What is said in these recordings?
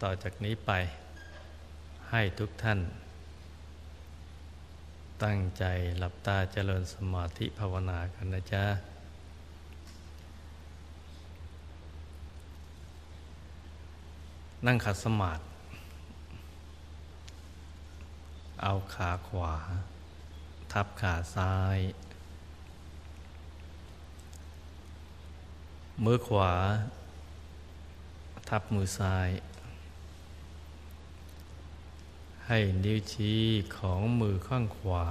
ต่อจากนี้ไปให้ทุกท่านตั้งใจหลับตาเจริญสมาธิภาวนากันนะจ๊ะนั่งขัดสมาธิเอาขาขวาทับขาซ้ายมือขวาทับมือซ้ายให้นิ้วชี้ของมือข้างขวา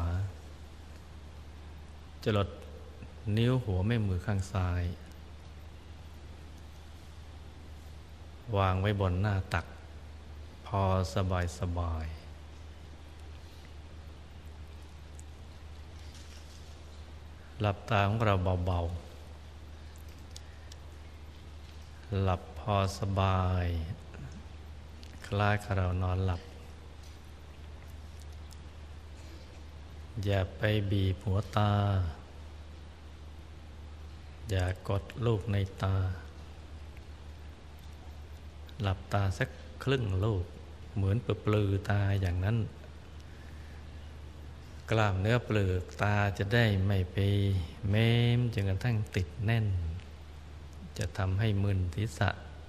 จรดนิ้วหัวแม่มือข้างซ้ายวางไว้บนหน้าตักพอสบายหลับตาของเราเบาๆหลับพอสบายคล้ายกับเรานอนหลับอย่าไปบีบหัวตาอย่ากดลูกในตาหลับตาสักครึ่งลูกเหมือนปลือตาอย่างนั้นกล้ามเนื้อเปลือกตาจะได้ไม่ไปเม้มจนกระทั่งติดแน่นจะทำให้มึนศีรษะ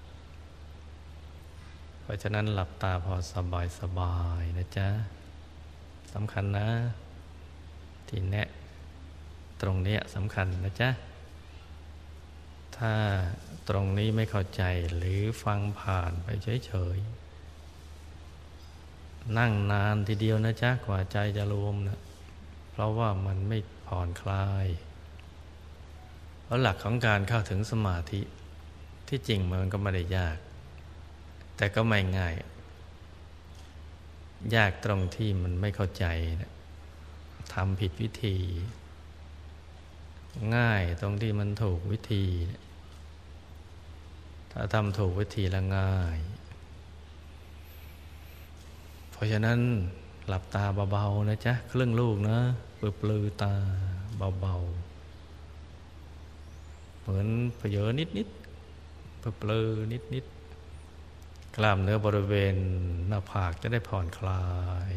เพราะฉะนั้นหลับตาพอสบายนะจ๊ะสำคัญนะที่แนะตรงนี้สำคัญนะจ๊ะถ้าตรงนี้ไม่เข้าใจหรือฟังผ่านไปเฉยๆนั่งนานทีเดียวนะจ๊ะกว่าใจจะรวมนะเพราะว่ามันไม่ผ่อนคลายเพราะหลักของการเข้าถึงสมาธิที่จริงมันก็ไม่ได้ยากแต่ก็ไม่ง่ายยากตรงที่มันไม่เข้าใจนะทำผิดวิธีง่ายตรงที่มันถูกวิธีถ้าทำถูกวิธีแล้วง่ายเพราะฉะนั้นหลับตาเบาๆนะจ๊ะครึ่งลูกนะปลือตาเบาๆเหมือนเผยนิดๆปลือนิดๆกล้ามเนื้อบริเวณหน้าผากจะได้ผ่อนคลาย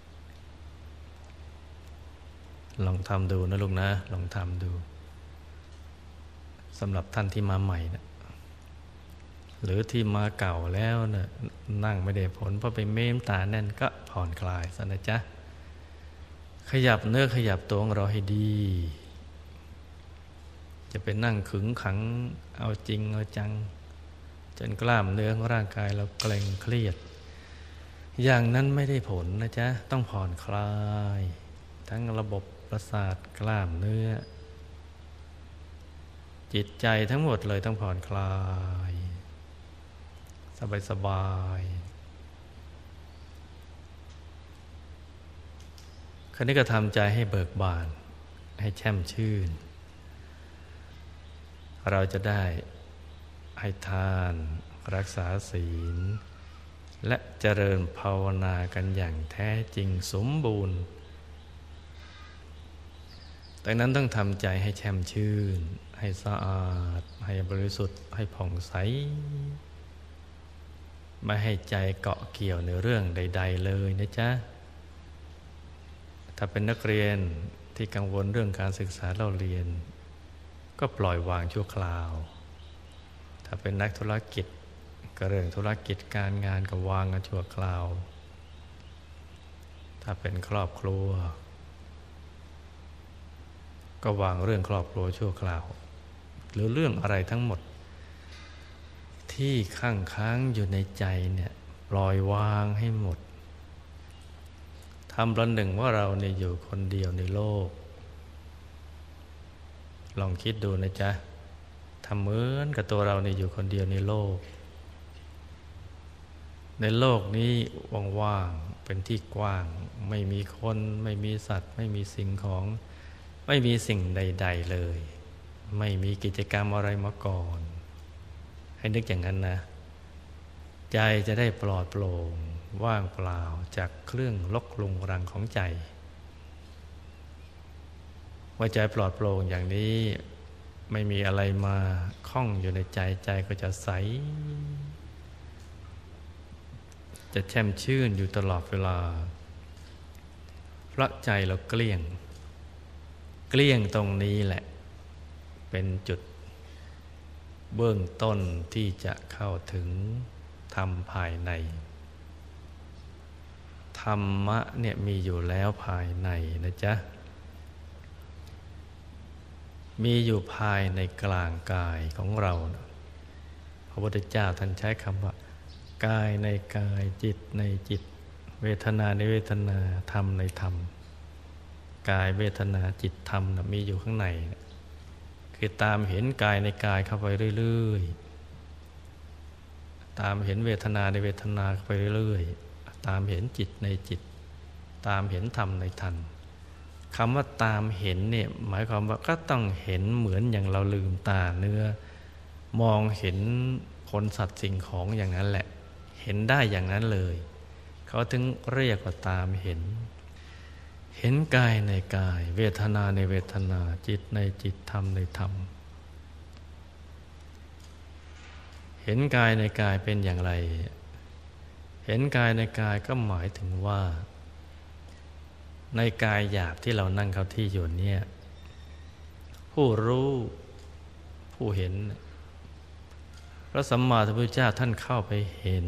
ลองทำดูนะลูกนะลองทำดูสำหรับท่านที่มาใหม่นะหรือที่มาเก่าแล้วนะนั่งไม่ได้ผลเพราะไปเม้มตาแน่นก็ผ่อนคลายซะนะจ๊ะขยับเนื้อขยับตัวของเราให้ดีจะไปนั่งขึงขังเอาจริงเอาจังจนกล้ามเนื้อของร่างกายเราเกร็งเครียดอย่างนั้นไม่ได้ผลนะจ๊ะต้องผ่อนคลายทั้งระบบประสาทกล้ามเนื้อจิตใจทั้งหมดเลยต้องผ่อนคลายสบายคราวนี้ก็ทำใจให้เบิกบานให้แช่มชื่นเราจะได้ให้ทานรักษาศีลและเจริญภาวนากันอย่างแท้จริงสมบูรณ์ดังนั้นต้องทำใจให้แช่มชื่นให้สะอาดให้บริสุทธิ์ให้ผ่องใสไม่ให้ใจเกาะเกี่ยวในเรื่องใดๆเลยนะจ๊ะถ้าเป็นนักเรียนที่กังวลเรื่องการศึกษาเราเรียนก็ปล่อยวางชั่วคราวถ้าเป็นนักธุรกิจก็เรื่องธุรกิจการงานก็วางกันชั่วคราวถ้าเป็นครอบครัวก็วางเรื่องครอบครัวชั่วคราวหรือเรื่องอะไรทั้งหมดที่ค้างอยู่ในใจเนี่ยปล่อยวางให้หมดทำประหนึ่งว่าเราเนี่ยอยู่คนเดียวในโลกลองคิดดูนะจ๊ะทำเหมือนกับตัวเราเนี่ยอยู่คนเดียวในโลกนี้ว่างๆเป็นที่กว้างไม่มีคนไม่มีสัตว์ไม่มีสิ่งของไม่มีสิ่งใดๆเลยไม่มีกิจกรรมอะไรมาก่อนให้นึกอย่างนั้นนะใจจะได้ปลอดโปร่งว่างเปล่าจากเครื่องลกลุงรังของใจเมื่อใจปลอดโปร่งอย่างนี้ไม่มีอะไรมาข้องอยู่ในใจใจก็จะใสจะแช่มชื่นอยู่ตลอดเวลาเพราะใจเราเกลี้ยงตรงนี้แหละเป็นจุดเบื้องต้นที่จะเข้าถึงธรรมภายในธรรมะเนี่ยมีอยู่แล้วภายในนะจ๊ะมีอยู่ภายในกลางกายของเราพระพุทธเจ้าท่านใช้คำว่ากายในกายจิตในจิตเวทนาในเวทนาธรรมในธรรมกายเวทนาจิตธรรมมีอยู่ข้างในคือตามเห็นกายในกายเข้าไปเรื่อยๆตามเห็นเวทนาในเวทนาเข้าไปเรื่อยๆตามเห็นจิตในจิตตามเห็นธรรมในธรรมคำว่าตามเห็นเนี่ยหมายความว่าก็ต้องเห็นเหมือนอย่างเราลืมตาเนื้อมองเห็นคนสัตว์สิ่งของอย่างนั้นแหละเห็นได้อย่างนั้นเลยเขาถึงเรียกว่าตามเห็นกายในกายเวทนาในเวทนาจิตในจิตธรรมในธรรมเห็นกายในกายเป็นอย่างไรเห็นกายในกายก็หมายถึงว่าในกายหยาบที่เรานั่งเข้าที่อยู่เนี่ยผู้รู้ผู้เห็นพระสัมมาสัมพุทธเจ้าท่านเข้าไปเห็น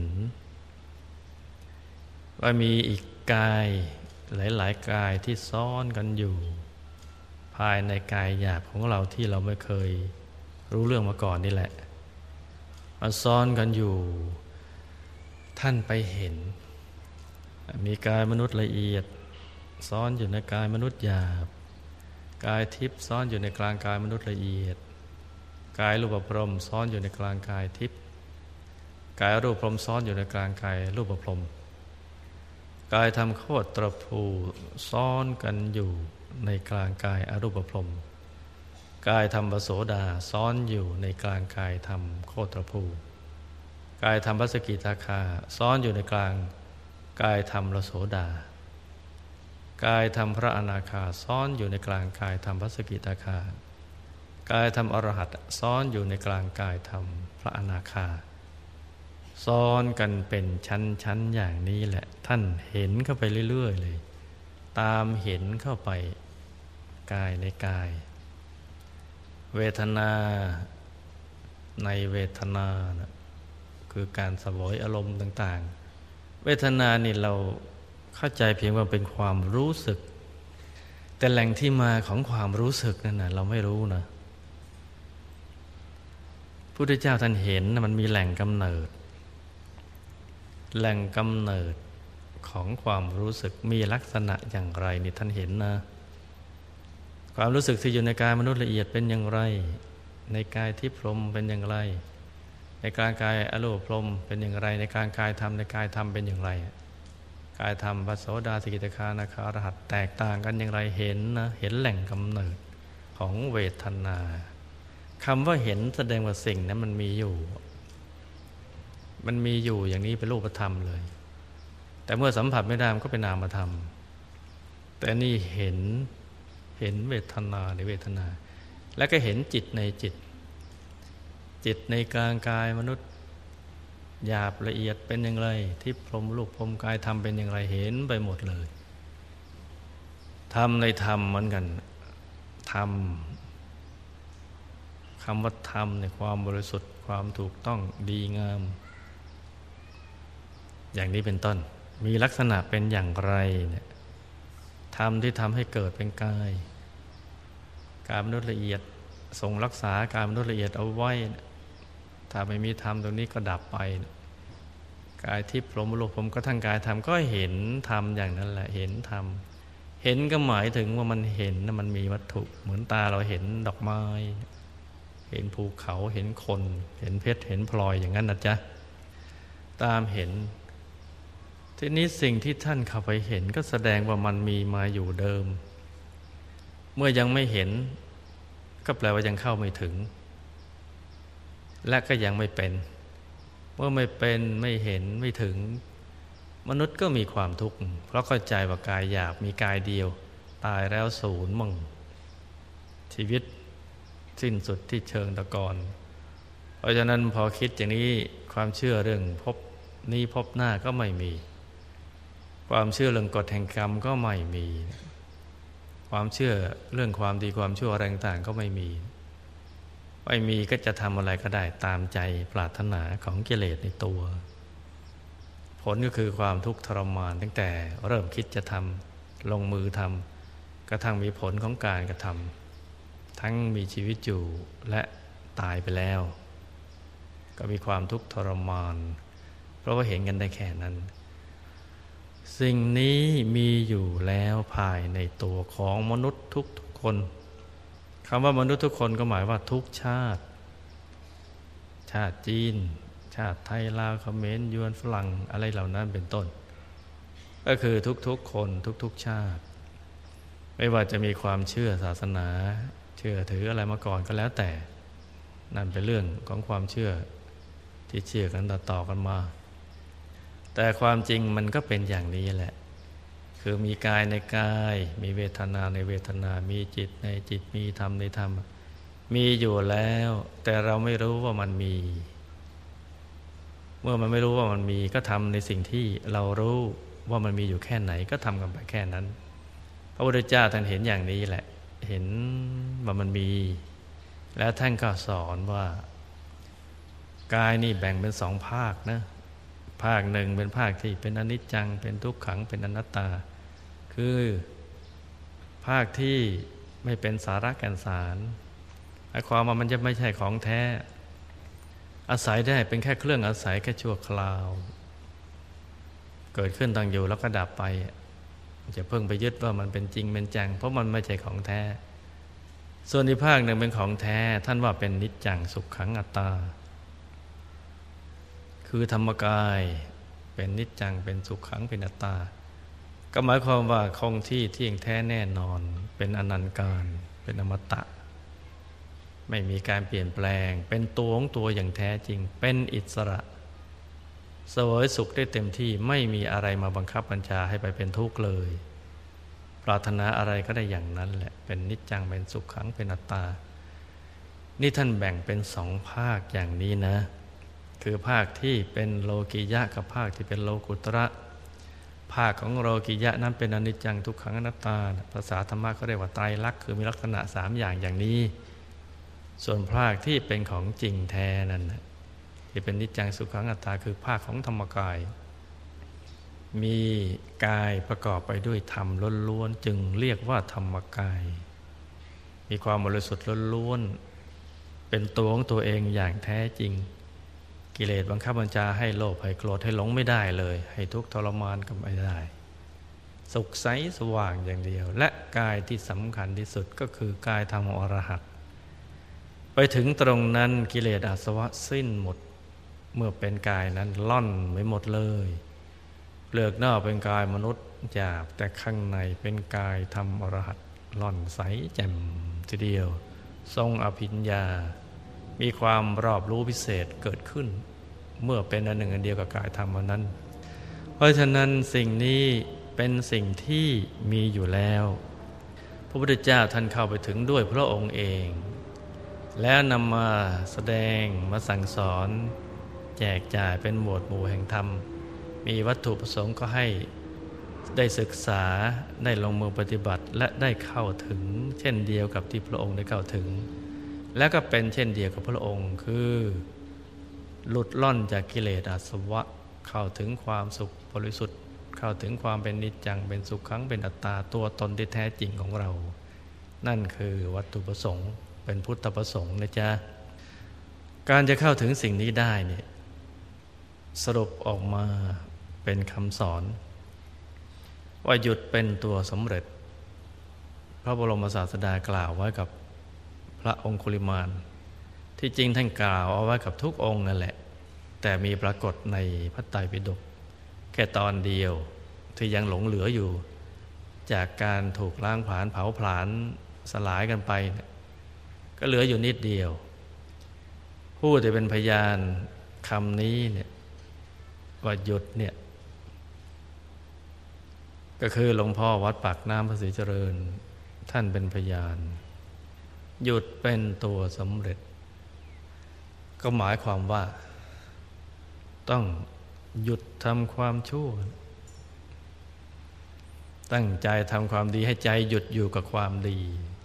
ว่ามีอีกกายหลายๆกายที่ซ้อนกันอยู่ภายในกายหยาบของเราที่เราไม่เคยรู้เรื่องมาก่อนนี่แหละมันซ้อนกันอยู่ท่านไปเห็นมีกายมนุษย์ละเอียดซ้อนอยู่ในกายมนุษย์หยาบกายทิพย์ซ้อนอยู่ในกลางกายมนุษย์ละเอียดกายรูปพรหมซ้อนอยู่ในกลางกายทิพย์กายรูปพรหมซ้อนอยู่ในกลางกายรูปพรหมกายธรรมโคตรภูซ้อนกันอยู่ในกลางกายอรูปพรหมกายธรรมวโสดาซ้อนอยู่ในกลางกายธรรมโคตรภูกายธรรมพสกิทาคาซ้อนอยู่ในกลางกายธรรมโสดากายธรรมพระอนาคาซ้อนอยู่ในกลางกายธรรมพสกิทาคากายธรรมอรหัตซ้อนอยู่ในกลางกายธรรมพระอนาคาซ้อนกันเป็นชั้นๆอย่างนี้แหละท่านเห็นเข้าไปเรื่อยๆเลยตามเห็นเข้าไปกายในกายเวทนาในเวทนานะคือการเสวยอารมณ์ต่างๆเวทนานี่เราเข้าใจเพียงว่าเป็นความรู้สึกแต่แหล่งที่มาของความรู้สึกนั่นนะเราไม่รู้นะพุทธเจ้าท่านเห็นมันมีแหล่งกำเนิดของความรู้สึกมีลักษณะอย่างไรนี่ท่านเห็นนะความรู้สึกที่อยู่ในกายมนุษย์ละเอียดเป็นอย่างไรในกายทิพย์พรหมเป็นอย่างไรในกลางกายอรูปพรหมเป็นอย่างไรในกลางกายธรรมในกายธรรมเป็นอย่างไรกายธรรมพระโสดาสกิทาคานาคาอรหัตแตกต่างกันอย่างไรเห็นนะเห็นแหล่งกำเนิดของเวทนาคำว่าเห็นแสดงว่าสิ่งนั้นมันมีอยู่อย่างนี้เป็นรูปธรรมเลยแต่เมื่อสัมผัสไม่ได้มันก็เป็นนามธรรมแต่นี่เห็นเวทนาในเวทนาแล้วก็เห็นจิตในจิตในกลางกายมนุษย์หยาบละเอียดเป็นอย่างไรทิพย์พรหมรูปพรหมกายธรรมเป็นอย่างไรเห็นไปหมดเลยธรรมในธรรมเหมือนกันธรรมคำว่าธรรมในความบริสุทธิ์ความถูกต้องดีงามอย่างนี้เป็นต้นมีลักษณะเป็นอย่างไรเนี่ยธรรมที่ทำให้เกิดเป็นกายมนุษย์ละเอียดทรงรักษากายมนุษย์ละเอียดเอาไว้ถ้าไม่มีธรรมตรงนี้ก็ดับไปกายทิพย์พรหมรูปพรหมก็ทั้งกายธรรมก็เห็นธรรมอย่างนั้นแหละเห็นธรรมเห็นก็หมายถึงว่ามันเห็นนะมันมีวัตถุเหมือนตาเราเห็นดอกไม้เห็นภูเขาเห็นคนเห็นเพชรเห็นพลอยอย่างนั้นนะจ๊ะตามเห็นทีนี้สิ่งที่ท่านเข้าไปเห็นก็แสดงว่ามันมีมาอยู่เดิมเมื่อยังไม่เห็นก็แปลว่ายังเข้าไม่ถึงและก็ยังไม่เป็นเมื่อไม่เป็นไม่เห็นไม่ถึงมนุษย์ก็มีความทุกข์เพราะเข้าใจว่ากายหยาบมีกายเดียวตายแล้วศูนย์มั่งชีวิตสิ้นสุดที่เชิงตะกอนเพราะฉะนั้นพอคิดอย่างนี้ความเชื่อเรื่องภพนี้พบหน้าก็ไม่มีความเชื่อเรื่องกฎแห่งกรรมก็ไม่มีความเชื่อเรื่องความดีความชั่วอะไรต่างๆก็ไม่มีก็จะทำอะไรก็ได้ตามใจปรารถนาของกิเลสในตัวผลก็คือความทุกข์ทรมานตั้งแต่เริ่มคิดจะทำลงมือทำกระทั่งมีผลของการกระทำทั้งมีชีวิตอยู่และตายไปแล้วก็มีความทุกข์ทรมานเพราะว่าเห็นกันได้แค่นั้นสิ่งนี้มีอยู่แล้วภายในตัวของมนุษย์ทุกคนคำว่ามนุษย์ทุกคนก็หมายว่าทุกชาติจีนชาติไทยลาวเขมรยวนฝรั่งอะไรเหล่านั้นเป็นต้นก็คือทุกคนทุกชาติไม่ว่าจะมีความเชื่อศาสนาเชื่อถืออะไรมาก่อนก็แล้วแต่นั่นเป็นเรื่องของความเชื่อที่เชื่อกันต่อกันมาแต่ความจริงมันก็เป็นอย่างนี้แหละคือมีกายในกายมีเวทนาในเวทนามีจิตในจิตมีธรรมในธรรมมีอยู่แล้วแต่เราไม่รู้ว่ามันมีเมื่อมันไม่รู้ว่ามันมีก็ทำในสิ่งที่เรารู้ว่ามันมีอยู่แค่ไหนก็ทำกันไปแค่นั้นพระพุทธเจ้าท่านเห็นอย่างนี้แหละเห็นว่ามันมีแล้วท่านก็สอนว่ากายนี่แบ่งเป็นสองภาคนะภาคหนึ่งเป็นภาคที่เป็นอนิจจังเป็นทุกขังเป็นอนัตตาคือภาคที่ไม่เป็นสาระแก่นสารหมายความว่ามันจะไม่ใช่ของแท้อาศัยได้เป็นแค่เครื่องอาศัยแค่ชั่วคราวเกิดขึ้นตั้งอยู่แล้วก็ดับไปจะเพิ่งไปยึดว่ามันเป็นจริงเป็นจังเพราะมันไม่ใช่ของแท้ส่วนอีกภาคหนึ่งเป็นของแท้ท่านว่าเป็นนิจจังสุขขังอัตตาคือธรรมกายเป็นนิจจังเป็นสุขขังเป็นอัตตาก็หมายความว่าคงที่เที่ยงแท้แน่นอนเป็นอนันตการเป็นอมตะไม่มีการเปลี่ยนแปลงเป็นตัวของตัวอย่างแท้จริงเป็นอิสระเสวยสุขได้เต็มที่ไม่มีอะไรมาบังคับบัญชาให้ไปเป็นทุกข์เลยปรารถนาอะไรก็ได้อย่างนั้นแหละเป็นนิจจังเป็นสุขขังเป็นอัตตานี่ท่านแบ่งเป็นสองภาคอย่างนี้นะคือภาคที่เป็นโลกิยะกับภาคที่เป็นโลกุตระภาคของโลกิยะนั้นเป็นอนิจจังทุกขังอนัตตาภาษาธรรมะเขาเรียกว่าไตรลักษณ์คือมีลักษณะ3อย่างนี้ส่วนภาคที่เป็นของจริงแท้นั้นที่เป็นนิจจังสุขขังอนัตตาคือภาคของธรรมกายมีกายประกอบไปด้วยธรรมล้วนๆจึงเรียกว่าธรรมกายมีความบริสุทธิ์ล้วนๆเป็นตัวของตัวเองอย่างแท้จริงกิเลสบังคับบัญชาให้โลภให้โกรธให้หลงไม่ได้เลยให้ทุกข์ทรมานก็ไม่ได้สุขใสสว่างอย่างเดียวและกายที่สำคัญที่สุดก็คือกายธรรมอรหัตไปถึงตรงนั้นกิเลสอาสวะสิ้นหมดเมื่อเป็นกายนั้นล่อนไม่หมดเลยเปลือกนอกเป็นกายมนุษย์หยาบแต่ข้างในเป็นกายธรรมอรหัตล่อนใสแจ่มทีเดียวทรงอภิญญามีความรอบรู้พิเศษเกิดขึ้นเมื่อเป็นอันหนึ่งอันเดียวกับกายธรรมนั้นเพราะฉะนั้นสิ่งนี้เป็นสิ่งที่มีอยู่แล้วพระพุทธเจ้าท่านเข้าไปถึงด้วยพระองค์เองแล้วนำมาแสดงมาสั่งสอนแจกจ่ายเป็นหมวดหมู่แห่งธรรมมีวัตถุประสงค์ก็ให้ได้ศึกษาได้ลงมือปฏิบัติและได้เข้าถึงเช่นเดียวกับที่พระองค์ได้เข้าถึงแล้วก็เป็นเช่นเดียวกับพระองค์คือหลุดล่อนจากกิเลสอาสวะเข้าถึงความสุขบริสุทธิ์เข้าถึงความเป็นนิจจังเป็นสุขขังเป็นอัตตาตัวตนที่แท้จริงของเรานั่นคือวัตถุประสงค์เป็นพุทธประสงค์นะจ๊ะการจะเข้าถึงสิ่งนี้ได้เนี่ยสรุปออกมาเป็นคำสอนว่าหยุดเป็นตัวสำเร็จพระบรมศาสดากล่าวไว้กับพระองคุลิมานที่จริงท่านกล่าวเอาไว้กับทุกองค์นั่นแหละแต่มีปรากฏในพระไตรปิฎกแค่ตอนเดียวที่ยังหลงเหลืออยู่จากการถูกล้างผลาญเผาผลาญสลายกันไปก็เหลืออยู่นิดเดียวผู้ที่เป็นพยานคำนี้เนี่ยว่าหยุดเนี่ยก็คือหลวงพ่อวัดปากน้ำภาษีเจริญท่านเป็นพยานหยุดเป็นตัวสำเร็จก็หมายความว่าต้องหยุดทำความชั่วตั้งใจทำความดีให้ใจหยุดอยู่กับความดี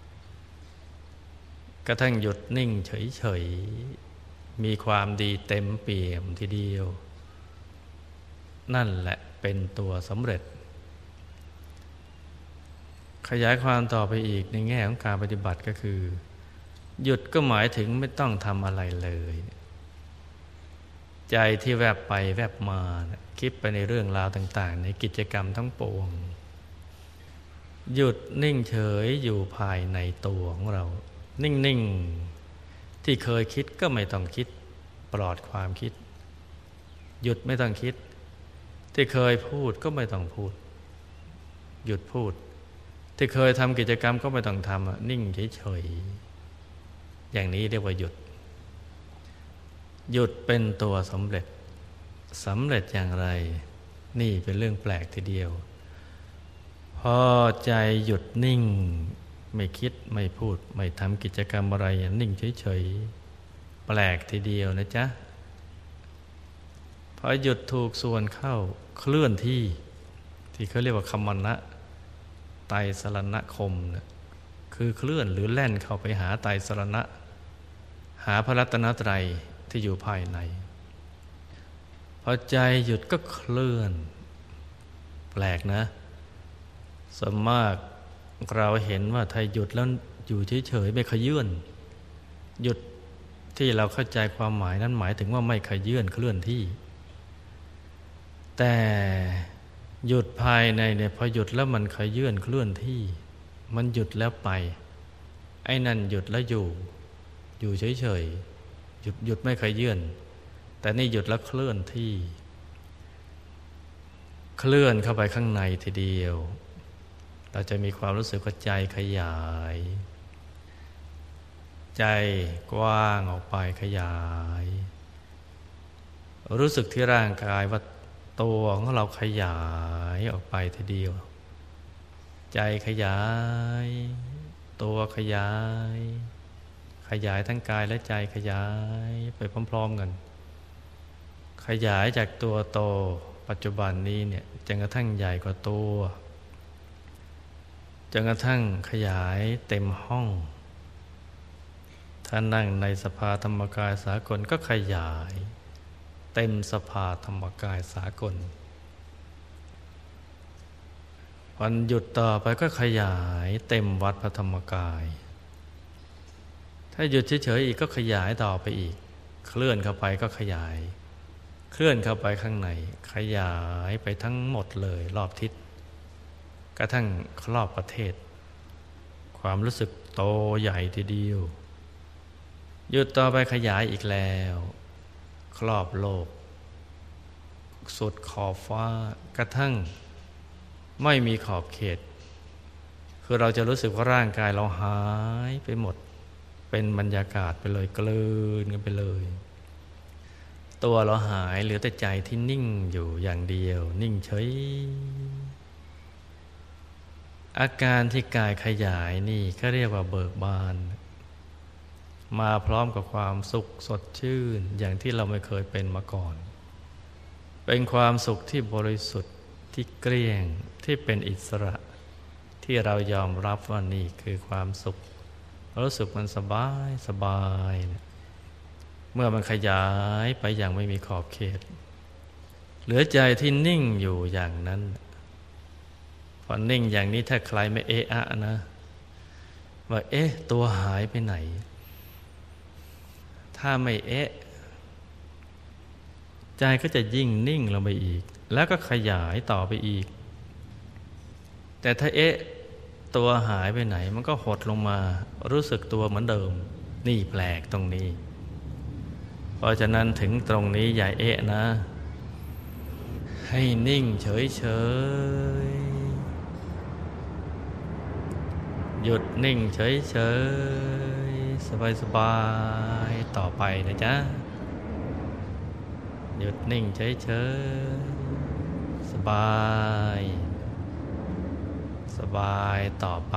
กระทั่งหยุดนิ่งเฉยๆมีความดีเต็มเปี่ยมทีเดียวนั่นแหละเป็นตัวสำเร็จขยายความต่อไปอีกในแง่ของการปฏิบัติก็คือหยุดก็หมายถึงไม่ต้องทำอะไรเลยใจที่แวบไปแวบมาคิดไปในเรื่องราวต่างๆในกิจกรรมทั้งปวงหยุดนิ่งเฉยอยู่ภายในตัวของเรานิ่งๆที่เคยคิดก็ไม่ต้องคิดปลอดความคิดหยุดไม่ต้องคิดที่เคยพูดก็ไม่ต้องพูดหยุดพูดที่เคยทำกิจกรรมก็ไม่ต้องทำนิ่งเฉยๆอย่างนี้เรียกว่าหยุดหยุดเป็นตัวสำเร็จอย่างไรนี่เป็นเรื่องแปลกทีเดียวพอใจหยุดนิ่งไม่คิดไม่พูดไม่ทำกิจกรรมอะไรนิ่งเฉยๆแปลกทีเดียวนะจ๊ะพอหยุดถูกส่วนเข้าเคลื่อนที่เขาเรียกว่าคัมมนะไตรสรณคมนะคือเคลื่อนหรือแล่นเข้าไปหาไตรสรณะหาพระรัตนตรัยที่อยู่ภายในพอใจหยุดก็เคลื่อนแปลกนะส่วนมากเราเห็นว่าถ้าหยุดแล้วอยู่เฉยๆไม่ขยื่นหยุดที่เราเข้าใจความหมายนั้นหมายถึงว่าไม่ขยื่นเคลื่อนที่แต่หยุดภายในเนี่ยพอหยุดแล้วมันขยื่นเคลื่อนที่มันหยุดแล้วไปไอ้นั่นหยุดแล้วอยู่เฉยๆหยุดไม่ขยื่นแต่นี่หยุดแล้วเคลื่อนที่เคลื่อนเข้าไปข้างในทีเดียวเราจะมีความรู้สึกว่าใจขยายใจกว้างออกไปขยายรู้สึกที่ร่างกายว่าตัวของเราขยายออกไปทีเดียวใจขยายตัวขยายทั้งกายและใจขยายไปพร้อมๆกันขยายจากตัวโตปัจจุบันนี้เนี่ยจนกระทั่งใหญ่กว่าตัวจนกระทั่งขยายเต็มห้องถ้านั่งในสภาธรรมกายสากลก็ขยายเต็มสภาธรรมกายสากลวันหยุดต่อไปก็ขยายเต็มวัดพระธรรมกายถ้าหยุดเฉยๆอีกก็ขยายต่อไปอีกเคลื่อนเข้าไปก็ขยายเคลื่อนเข้าไปข้างในขยายไปทั้งหมดเลยรอบทิศกระทั่งครอบประเทศความรู้สึกโตใหญ่ทีเดียวหยุดต่อไปขยายอีกแล้วครอบโลกสุดขอบฟ้ากระทั่งไม่มีขอบเขตคือเราจะรู้สึกว่าร่างกายเราหายไปหมดเป็นบรรยากาศไปเลยกลืนกันไปเลยตัวเราหายเหลือแต่ใจที่นิ่งอยู่อย่างเดียวนิ่งเฉยอาการที่กายขยายนี่ก็เรียกว่าเบิกบานมาพร้อมกับความสุขสดชื่นอย่างที่เราไม่เคยเป็นมาก่อนเป็นความสุขที่บริสุทธิ์ที่เกลี้ยงที่เป็นอิสระที่เรายอมรับว่านี่คือความสุขรู้สึกมันสบายเมื่อมันขยายไปอย่างไม่มีขอบเขตเหลือใจที่นิ่งอยู่อย่างนั้นพอนิ่งอย่างนี้ถ้าใครไม่เอะอะนะว่าตัวหายไปไหนถ้าไม่ใจก็จะยิ่งนิ่งลงไปอีกแล้วก็ขยายต่อไปอีกแต่ถ้าตัวหายไปไหนมันก็หดลงมารู้สึกตัวเหมือนเดิมนี่แปลกตรงนี้เพราะฉะนั้นถึงตรงนี้อย่านะให้นิ่งเฉยๆหยุดนิ่งเฉยๆสบายๆต่อไปนะจ๊ะหยุดนิ่งเฉยๆสบายต่อไป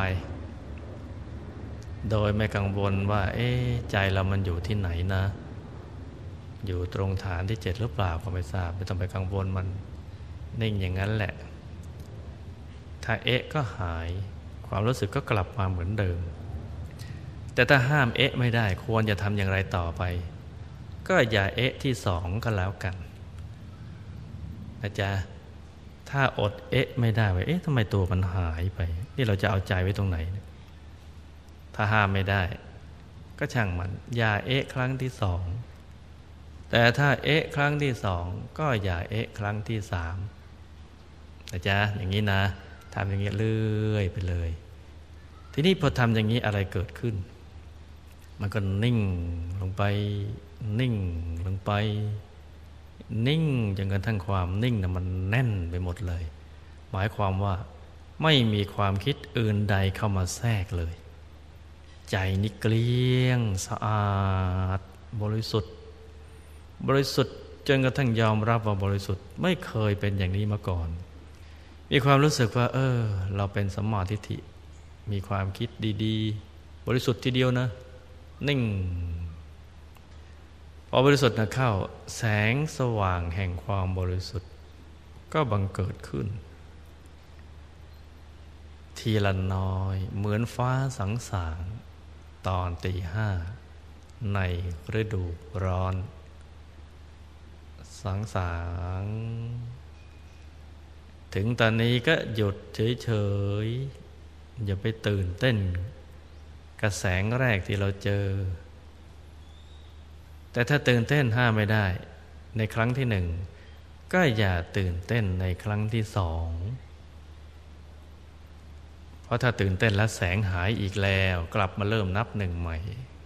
โดยไม่กังวลว่าใจเรามันอยู่ที่ไหนนะอยู่ตรงฐานที่7หรือเปล่าก็ไม่ทราบไม่ต้องไปกังวลมันนิ่งอย่างนั้นแหละถ้าก็หายความรู้สึกก็กลับมาเหมือนเดิมแต่ถ้าห้ามไม่ได้ควรจะทำอย่างไรต่อไปก็อย่าที่2ก็แล้วกันนะจ๊ะถ้าอดไม่ได้ไว้ทำไมตัวมันหายไปนี่เราจะเอาใจไว้ตรงไหนถ้าห้ามไม่ได้ก็ช่างมันอย่าครั้งที่2แต่ถ้าครั้งที่2ก็อย่าครั้งที่3นะจ๊ะอย่างนี้นะทำอย่างนี้เรื่อยไปเลยทีนี้พอทำอย่างนี้อะไรเกิดขึ้นมันก็นิ่งลงไปนิ่งลงไปนิ่งจนกระทั่งความนิ่งนะมันแน่นไปหมดเลยหมายความว่าไม่มีความคิดอื่นใดเข้ามาแทรกเลยใจนี่เกลี้ยงสะอาดบริสุทธิ์บริสุทธิ์จนกระทั่งยอมรับว่าบริสุทธิ์ไม่เคยเป็นอย่างนี้มาก่อนมีความรู้สึกว่าเราเป็นสัมมาทิฏฐิมีความคิดดีๆบริสุทธิ์ทีเดียวนะนิ่งพอบริสุทธิ์นะเข้าแสงสว่างแห่งความบริสุทธิ์ก็บังเกิดขึ้นทีละน้อยเหมือนฟ้าสังสางตอนตี 5ในฤดูร้อนสังสางถึงตอนนี้ก็หยุดเฉยๆอย่าไปตื่นเต้นกับแสงแรกที่เราเจอแต่ถ้าตื่นเต้นห้ามไม่ได้ในครั้งที่1ก็อย่าตื่นเต้นในครั้งที่2เพราะถ้าตื่นเต้นแล้วแสงหายอีกแล้วกลับมาเริ่มนับ1ใหม่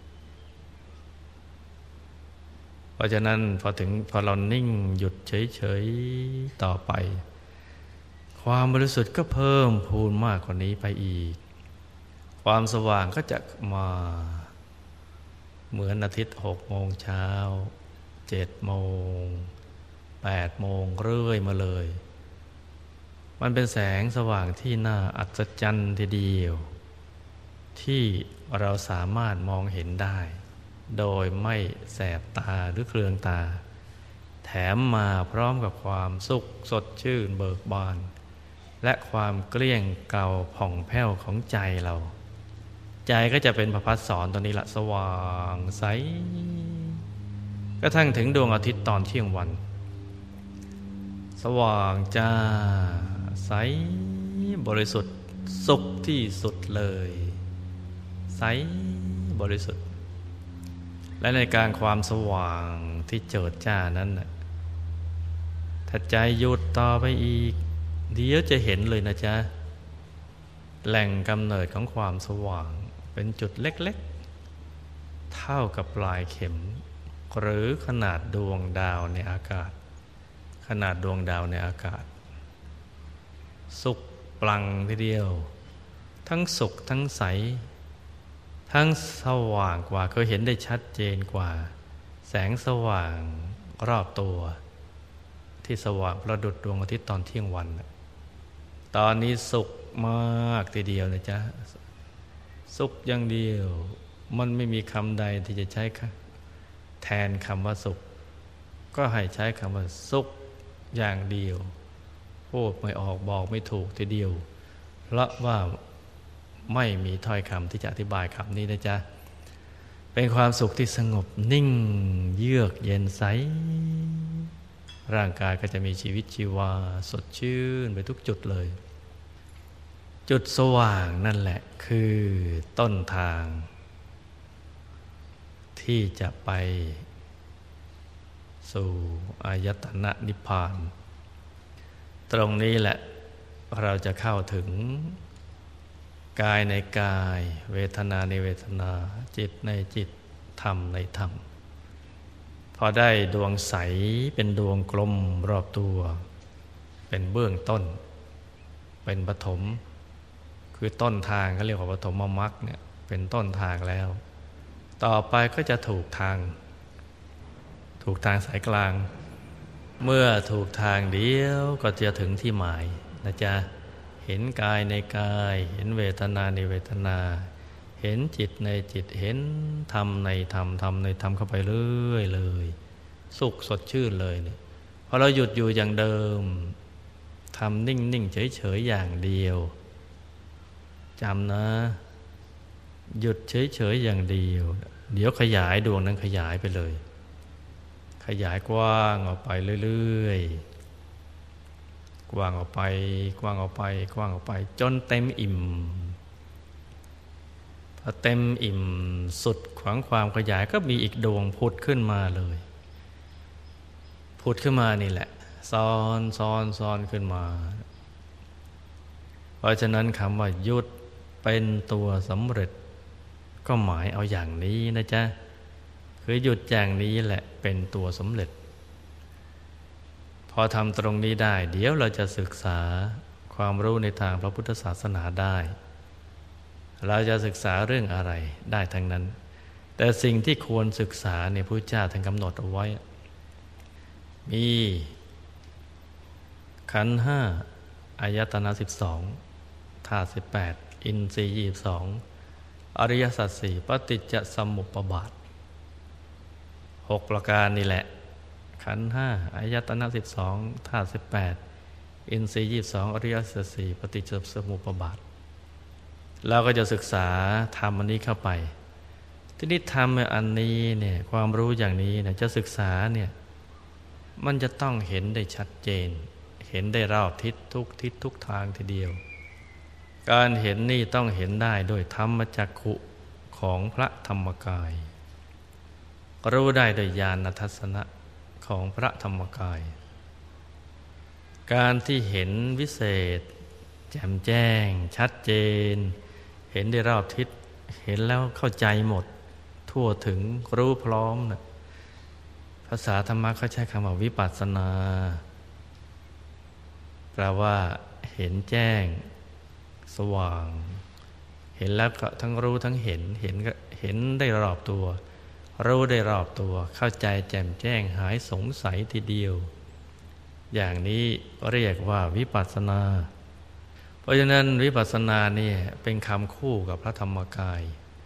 เพราะฉะนั้นพอเรานิ่งหยุดเฉยๆต่อไปความบริสุทธิ์ก็เพิ่มพูนมากกว่านี้ไปอีกความสว่างก็จะมาเหมือนอาทิตย์6 โมงเช้า7 โมง8 โมงเรื่อยมาเลยมันเป็นแสงสว่างที่น่าอัศจรรย์ทีเดียวที่เราสามารถมองเห็นได้โดยไม่แสบตาหรือเครืองตาแถมมาพร้อมกับความสุขสดชื่นเบิกบานและความเกลี้ยงเก่าผ่องแผ้วของใจเราใจก็จะเป็นประภัสสรตัวนี้ละสว่างใสกระทั่งถึงดวงอาทิตย์ตอนเที่ยงวันสว่างจ้าใสบริสุทธิ์สุขที่สุดเลยใสบริสุทธิ์และในการความสว่างที่เจิดจ้านั้นถ้าใจหยุดต่อไปอีกเดี๋ยวจะเห็นเลยนะจ๊ะแหล่งกำเนิดของความสว่างเป็นจุดเล็กๆเท่ากับปลายเข็มหรือขนาดดวงดาวในอากาศขนาดดวงดาวในอากาศสุกปลังทีเดียวทั้งสุกทั้งใสทั้งสว่างกว่าเคยเห็นได้ชัดเจนกว่าแสงสว่างรอบตัวที่สว่างประดุจดวงอาทิตย์ตอนเที่ยงวันตอนนี้สุกมากทีเดียวนะจ๊ะสุขอย่างเดียวมันไม่มีคำใดที่จะใช้แทนคำว่าสุขก็ให้ใช้คำว่าสุขอย่างเดียวพูดไม่ออกบอกไม่ถูกทีเดียวเพราะว่าไม่มีถ้อยคำที่จะอธิบายคำนี้นะจ๊ะเป็นความสุขที่สงบนิ่งเยือกเย็นใสร่างกายก็จะมีชีวิตชีวาสดชื่นไปทุกจุดเลยจุดสว่างนั่นแหละคือต้นทางที่จะไปสู่อายตนะนิพพานตรงนี้แหละเราจะเข้าถึงกายในกายเวทนาในเวทนาจิตในจิตธรรมในธรรมพอได้ดวงใสเป็นดวงกลมรอบตัวเป็นเบื้องต้นเป็นปฐมคือต้นทางเขาเรียกว่าปฐมมรรคเนี่ยเป็นต้นทางแล้วต่อไปก็จะถูกทางสายกลางเมื่อถูกทางเดียวก็จะถึงที่หมายนะจ๊ะเห็นกายในกายเห็นเวทนาในเวทนาเห็นจิตในจิตเห็นธรรมในธรรมธรรมในธรรมเข้าไปเรื่อยเลยสุขสดชื่นเลยเนี่ยพอเราหยุดอยู่อย่างเดิมทำนิ่งๆเฉยๆอย่างเดียวจำนะหยุดเฉยๆอย่างเดียวเดี๋ยวขยายดวงนั้นขยายไปเลยขยายกว้างออกไปเรื่อยๆกว้างออกไปกว้างออกไปกว้างออกไปจนเต็มอิ่มพอเต็มอิ่มสุดของความขยายก็มีอีกดวงผุดขึ้นมาเลยผุดขึ้นมานี่แหละซ้อนขึ้นมาเพราะฉะนั้นคำว่าหยุดเป็นตัวสำเร็จก็หมายเอาอย่างนี้นะจ๊ะคือหยุดอย่างนี้แหละเป็นตัวสำเร็จพอทำตรงนี้ได้เดี๋ยวเราจะศึกษาความรู้ในทางพระพุทธศาสนาได้เราจะศึกษาเรื่องอะไรได้ทั้งนั้นแต่สิ่งที่ควรศึกษาเนี่ยพระเจ้าท่านกำหนดเอาไว้มีขันธ์ห้าอายตนะ12ธาตุ18อินทรีย์22อริยสัจ4ปฏิจจสมุปบาท6ประการนี่แหละขันธ์ห้าอายตนะ12ธาตุ18อินทรีย์22อริยสัจ4ปฏิจจสมุปบาทเราก็จะศึกษาธรรมอันนี้เข้าไปทีนี้ธรรมอันนี้เนี่ยความรู้อย่างนี้เนี่ยจะศึกษาเนี่ยมันจะต้องเห็นได้ชัดเจนเห็นได้รอบทิศทุกทางทีเดียวการเห็นนี่ต้องเห็นได้ด้วยธรรมจักขุของพระธรรมกายรู้ได้โดยญาณทัศนะของพระธรรมกายการที่เห็นวิเศษแจ่มแจ้งชัดเจนเห็นได้รอบทิศเห็นแล้วเข้าใจหมดทั่วถึงรู้พร้อมนะภาษาธรรมะเขาใช้คำว่าวิปัสสนาแปลว่าเห็นแจ้งสว่างเห็นแล้วก็ทั้งรู้ทั้งเห็นก็เห็นได้รอบตัวรู้ได้รอบตัวเข้าใจแจ่มแจ้งหายสงสัยทีเดียวอย่างนี้เรียกว่าวิปัสสนาเพราะฉะนั้นวิปัสสนาเนี่ยเป็นคำคู่กับพระธรรมกาย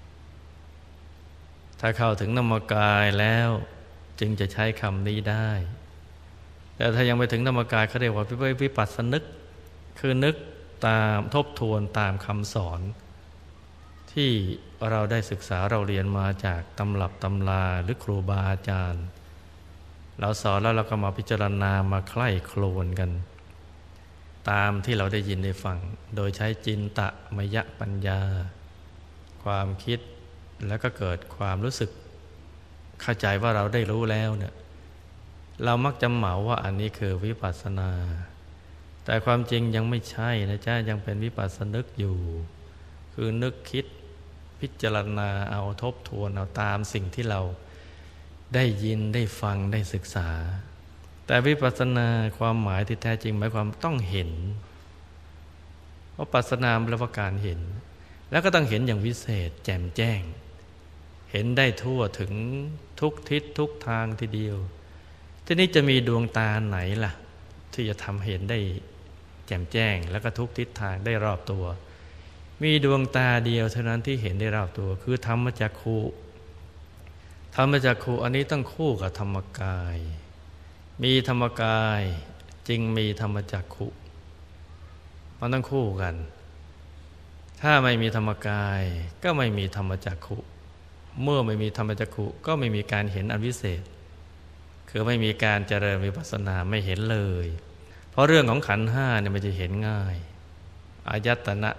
ถ้าเข้าถึงธรรมกายแล้วจึงจะใช้คำนี้ได้แต่ถ้ายังไม่ถึงธรรมกายเขาเรียกว่าวิปัสสนึกคือนึกตามทบทวนตามคำสอนที่เราได้ศึกษาเราเรียนมาจากตำรับตำราหรือครูบาอาจารย์เราสอนแล้วเราก็มาพิจารณามาใคร่ครวญกันตามที่เราได้ยินได้ฟังโดยใช้จินตมยปัญญาความคิดแล้วก็เกิดความรู้สึกเข้าใจว่าเราได้รู้แล้วเนี่ยเรามักจะเหมาว่าอันนี้คือวิปัสสนาแต่ความจริงยังไม่ใช่นะจ๊ะยังเป็นวิปัสสนึกอยู่คือนึกคิดพิจารณาเอาทบทวนเอาตามสิ่งที่เราได้ยินได้ฟังได้ศึกษาแต่วิปัสสนาความหมายที่แท้จริงหมายความต้องเห็นเพราะปัสสนาแปลว่าการเห็นแล้วก็ต้องเห็นอย่างวิเศษแจ่มแจ้งเห็นได้ทั่วถึงทุกทิศทุกทางทีเดียวทีนี้จะมีดวงตาไหนล่ะที่จะทำเห็นได้แจ่มแจ้งแล้วก็ทุกทิศทางได้รอบตัวมีดวงตาเดียวเท่านั้นที่เห็นได้รอบตัวคือธรรมจักขุธรรมจักขุอันนี้ต้องคู่กับธรรมกายมีธรรมกายจึงมีธรรมจักขุมันต้องคู่กันถ้าไม่มีธรรมกายก็ไม่มีธรรมจักขุเมื่อไม่มีธรรมจักขุก็ไม่มีการเห็นอันวิเศษคือไม่มีการเจริญวิปัสสนาไม่เห็นเลยเพราะเรื่องของขันธ์ห้าเนี่ยมันจะเห็นง่ายอายตนะ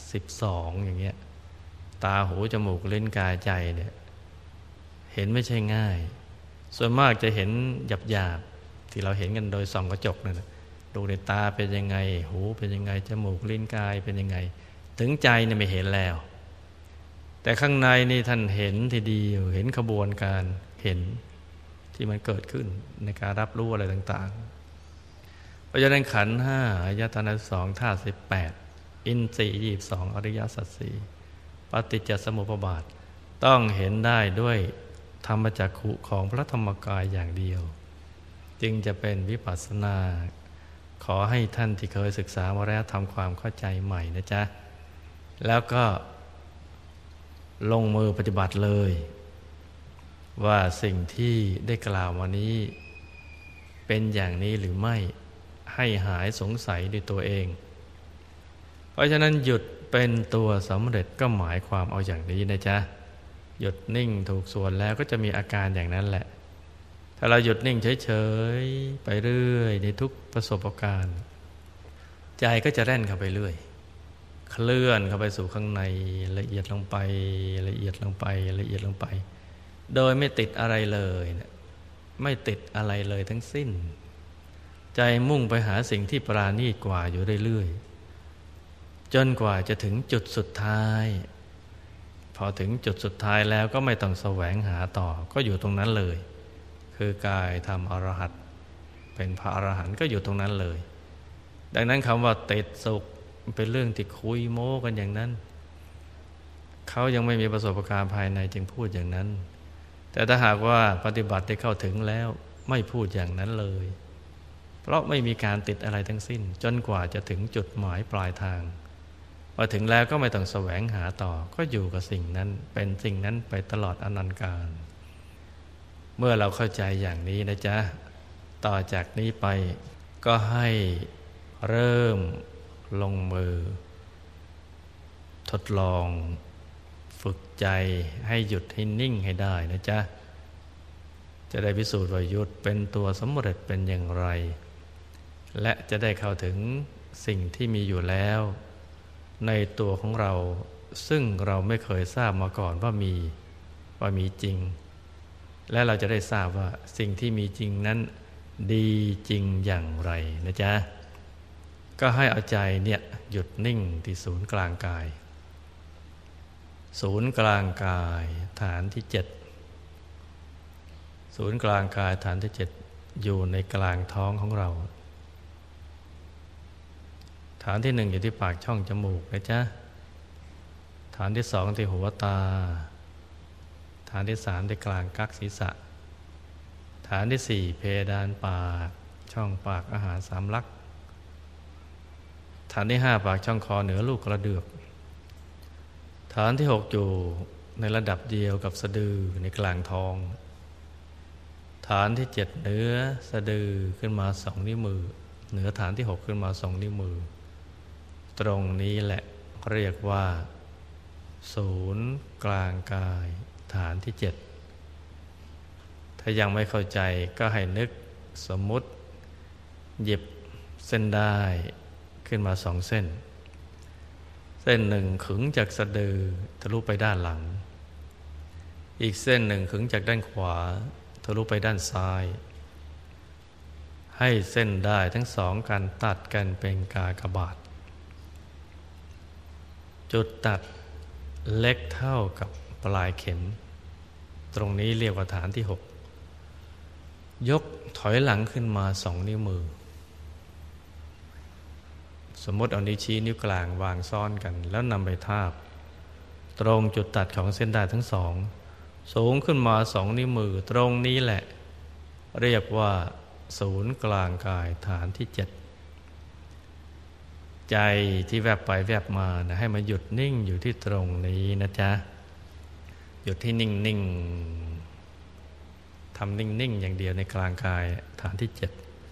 12อย่างเงี้ยตาหูจมูกลิ้นกายใจเนี่ยเห็นไม่ใช่ง่ายส่วนมากจะเห็นหยาบๆที่เราเห็นกันโดยส่องกระจกนั่นแหละดูในตาเป็นยังไงหูเป็นยังไงจมูกลิ้นกายเป็นยังไงถึงใจเนี่ยไม่เห็นแล้วแต่ข้างในนี่ท่านเห็นทีเดียวเห็นขบวนการเห็นที่มันเกิดขึ้นในการรับรู้อะไรต่างๆเพราะฉะนั้นขันธ์ห้าอายตนะ2ธาตุ18อินทรีย์22อริยสัจ4ปฏิจจสมุปบาทต้องเห็นได้ด้วยธรรมจักขุของพระธรรมกายอย่างเดียวจึงจะเป็นวิปัสสนาขอให้ท่านที่เคยศึกษามาแล้วทำความเข้าใจใหม่นะจ๊ะแล้วก็ลงมือปฏิบัติเลยว่าสิ่งที่ได้กล่าวมานี้เป็นอย่างนี้หรือไม่ให้หายสงสัยด้วยตัวเองเพราะฉะนั้นหยุดเป็นตัวสำเร็จก็หมายความเอาอย่างนี้นะจ๊ะหยุดนิ่งถูกส่วนแล้วก็จะมีอาการอย่างนั้นแหละถ้าเราหยุดนิ่งเฉยๆไปเรื่อยในทุกประสบการณ์ใจก็จะแล่นเข้าไปเรื่อยเคลื่อนเข้าไปสู่ข้างในละเอียดลงไปละเอียดลงไปละเอียดลงไปโดยไม่ติดอะไรเลยนะไม่ติดอะไรเลยทั้งสิ้นใจมุ่งไปหาสิ่งที่ปราณีตกว่าอยู่เรื่อยๆจนกว่าจะถึงจุดสุดท้ายพอถึงจุดสุดท้ายแล้วก็ไม่ต้องแสวงหาต่อก็อยู่ตรงนั้นเลยคือกายทำอรหัตเป็นพระอรหันต์ก็อยู่ตรงนั้นเลยดังนั้นคำว่าติดสุขเป็นเรื่องที่คุยโม้กันอย่างนั้นเขายังไม่มีประสบการณ์ภายในจึงพูดอย่างนั้นแต่ถ้าหากว่าปฏิบัติได้เข้าถึงแล้วไม่พูดอย่างนั้นเลยเพราะไม่มีการติดอะไรทั้งสิ้นจนกว่าจะถึงจุดหมายปลายทางพอถึงแล้วก็ไม่ต้องแสวงหาต่อก็อยู่กับสิ่งนั้นเป็นสิ่งนั้นไปตลอดอนันตกาลเมื่อเราเข้าใจอย่างนี้นะจ๊ะต่อจากนี้ไปก็ให้เริ่มลงมือทดลองฝึกใจให้หยุดให้นิ่งให้ได้นะจ๊ะจะได้พิสูจน์ว่าหยุดเป็นตัวสำเร็จเป็นอย่างไรและจะได้เข้าถึงสิ่งที่มีอยู่แล้วในตัวของเราซึ่งเราไม่เคยทราบมาก่อนว่ามีจริงและเราจะได้ทราบว่าสิ่งที่มีจริงนั้นดีจริงอย่างไรนะจ๊ะก็ให้เอาใจเนี่ยหยุดนิ่งที่ศูนย์กลางกายศูนย์กลางกายฐานที่7ศูนย์กลางกายฐานที่7อยู่ในกลางท้องของเราฐานที่1อยู่ที่ปากช่องจมูกนะจ๊ะฐานที่2ที่หัวตาฐานที่3ที่กลางกั๊กศีรษะฐานที่4เพดานปากช่องปากอาหาร3ลักฐานที่5ปากช่องคอเหนือลูกกระเดือกฐานที่6อยู่ในระดับเดียวกับสะดือในกลางท้องฐานที่7เหนือสะดือขึ้นมา2นิ้วมือเหนือฐานที่6ขึ้นมา2นิ้วมือตรงนี้แหละเรียกว่าศูนย์กลางกายฐานที่7ถ้ายังไม่เข้าใจก็ให้นึกสมมุติหยิบเส้นได้ขึ้นมา2เส้นเส้นหนึ่งขึงจากสะดือทะลุไปด้านหลังอีกเส้นหนึ่งขึงจากด้านขวาทะลุไปด้านซ้ายให้เส้นได้ทั้งสองกันตัดกันเป็นกากบาทจุดตัดเล็กเท่ากับปลายเข็มตรงนี้เรียกว่าฐานที่6ยกถอยหลังขึ้นมา2นิ้วมือสมมติเอานิ้วชี้นิ้วกลางวางซ้อนกันแล้วนำไปทาบตรงจุดตัดของเส้นได้ทั้งสองสูงขึ้นมา2นิ้วมือตรงนี้แหละเรียกว่าศูนย์กลางกายฐานที่7ใจที่แวบไปแวบมานะให้มันหยุดนิ่งอยู่ที่ตรงนี้นะจ๊ะหยุดที่นิ่งๆทำนิ่งๆอย่างเดียวในกลางกายฐานที่7